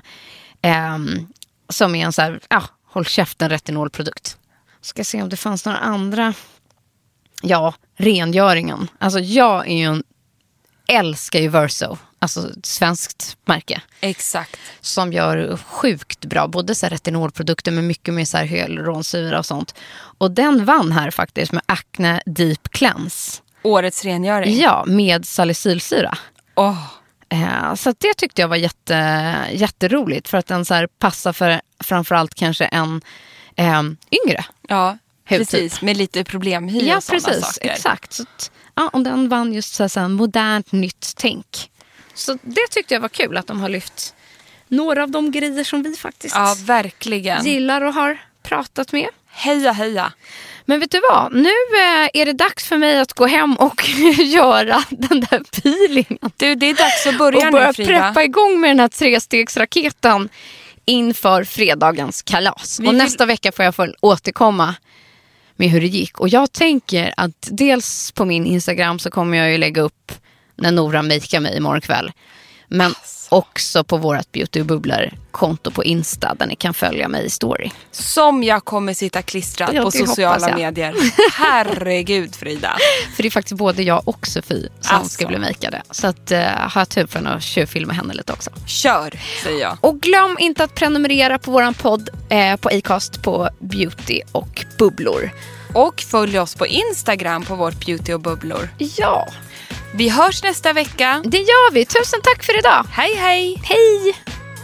E: Som är en så här, håll käften retinolprodukt. Ska se om det fanns några andra Ja, rengöringen. Alltså jag är ju älskar ju Verso. Alltså ett svenskt märke.
F: Exakt.
E: Som gör sjukt bra. Både så här retinolprodukter med mycket mer så här hyaluronsyra och sånt. Och den vann här faktiskt med Acne Deep Cleanse.
F: Årets rengöring.
E: Ja, med salicylsyra. Så att det tyckte jag var jätteroligt. För att den så här passar för framförallt kanske en yngre.
F: Ja,
E: hudtyp.
F: Precis. Med lite problemhy
E: ja,
F: och sådana
E: precis,
F: saker.
E: Exakt. Så att, och den vann just så här modernt nytt tänk. Så det tyckte jag var kul att de har lyft några av de grejer som vi faktiskt
F: verkligen
E: gillar och har pratat med.
F: Heja.
E: Men vet du vad? Nu är det dags för mig att gå hem och göra den där peelingen.
F: Du, det är dags att börja
E: och börja
F: nu, Frida.
E: preppa igång med den här 3-stegsraketen inför fredagens kalas. Och nästa vecka får jag återkomma med hur det gick. Och jag tänker att dels på min Instagram så kommer jag ju lägga upp när Nora makear mig imorgon kväll. Men också på vårat Beauty och Bubblor-konto på Insta där ni kan följa mig i story.
F: Som jag kommer sitta klistrad på sociala medier. Herregud, Frida.
E: För det är faktiskt både jag och Sofie som ska bli makeade. Så att har jag tur för att tjuvfilma henne lite också.
F: Kör, säger jag.
E: Och glöm inte att prenumerera på våran podd på Acast på Beauty och Bubblor.
F: Och följ oss på Instagram på vårt Beauty och Bubblor.
E: Ja.
F: Vi hörs nästa vecka.
E: Det gör vi. Tusen tack för idag.
F: Hej, hej.
E: Hej.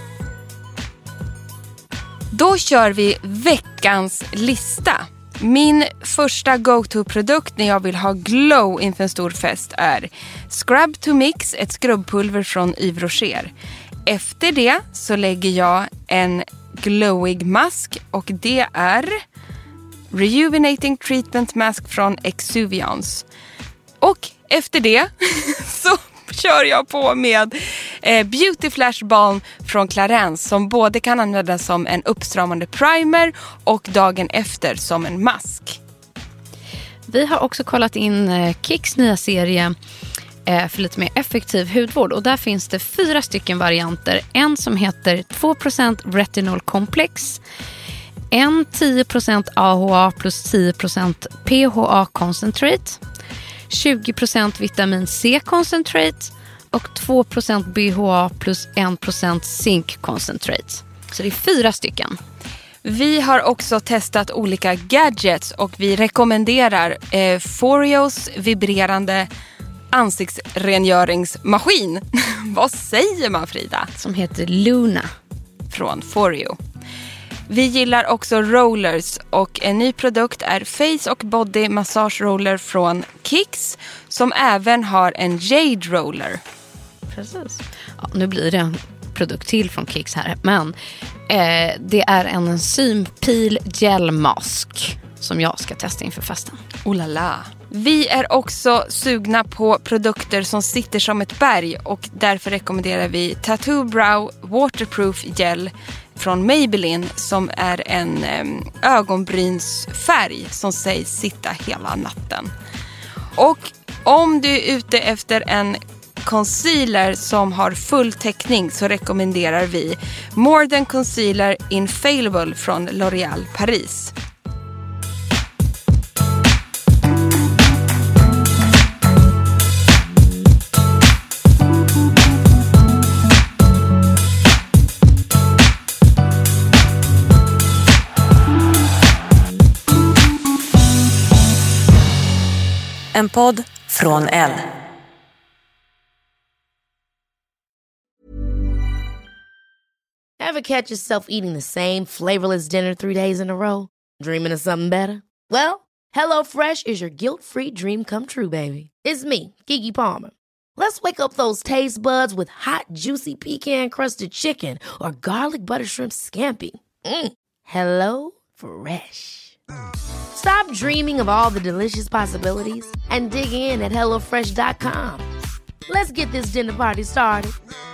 F: Då kör vi veckans lista. Min första go-to-produkt när jag vill ha glow inför en stor fest är Scrub to Mix, ett skrubbpulver från Yves Rocher. Efter det så lägger jag en glowig mask och det är Rejuvenating Treatment Mask från Exuviance. Och efter det så kör jag på med Beauty Flash Balm från Clarins som både kan användas som en uppstramande primer och dagen efter som en mask.
E: Vi har också kollat in Kicks nya serie för lite mer effektiv hudvård och där finns det 4 stycken varianter. En som heter 2% Retinol Complex, en 10% AHA plus 10% PHA Concentrate, 20% vitamin C concentrate och 2% BHA plus 1% zink concentrate. Så det är 4 stycken.
F: Vi har också testat olika gadgets och vi rekommenderar Foreos vibrerande ansiktsrengöringsmaskin. Vad säger man, Frida?
E: Som heter Luna.
F: Från Foreo. Vi gillar också rollers och en ny produkt är Face och Body Massage Roller från Kicks som även har en Jade Roller.
E: Precis. Ja, nu blir det en produkt till från Kicks här, men det är en enzym peel gel mask som jag ska testa inför festen.
F: Oh la la. Vi är också sugna på produkter som sitter som ett berg och därför rekommenderar vi Tattoo Brow Waterproof Gel från Maybelline som är en ögonbrynsfärg som sägs sitta hela natten. Och om du är ute efter en concealer som har full täckning så rekommenderar vi More Than Concealer Infallible från L'Oréal Paris.
C: En podd från Elle.
A: Ever catch yourself eating the same flavorless dinner 3 days in a row? Dreaming of something better? Well, HelloFresh is your guilt-free dream come true, baby. It's me, Keke Palmer. Let's wake up those taste buds with hot, juicy pecan-crusted chicken or garlic butter shrimp scampi. Hello Fresh. Stop dreaming of all the delicious possibilities and dig in at HelloFresh.com. Let's get this dinner party started.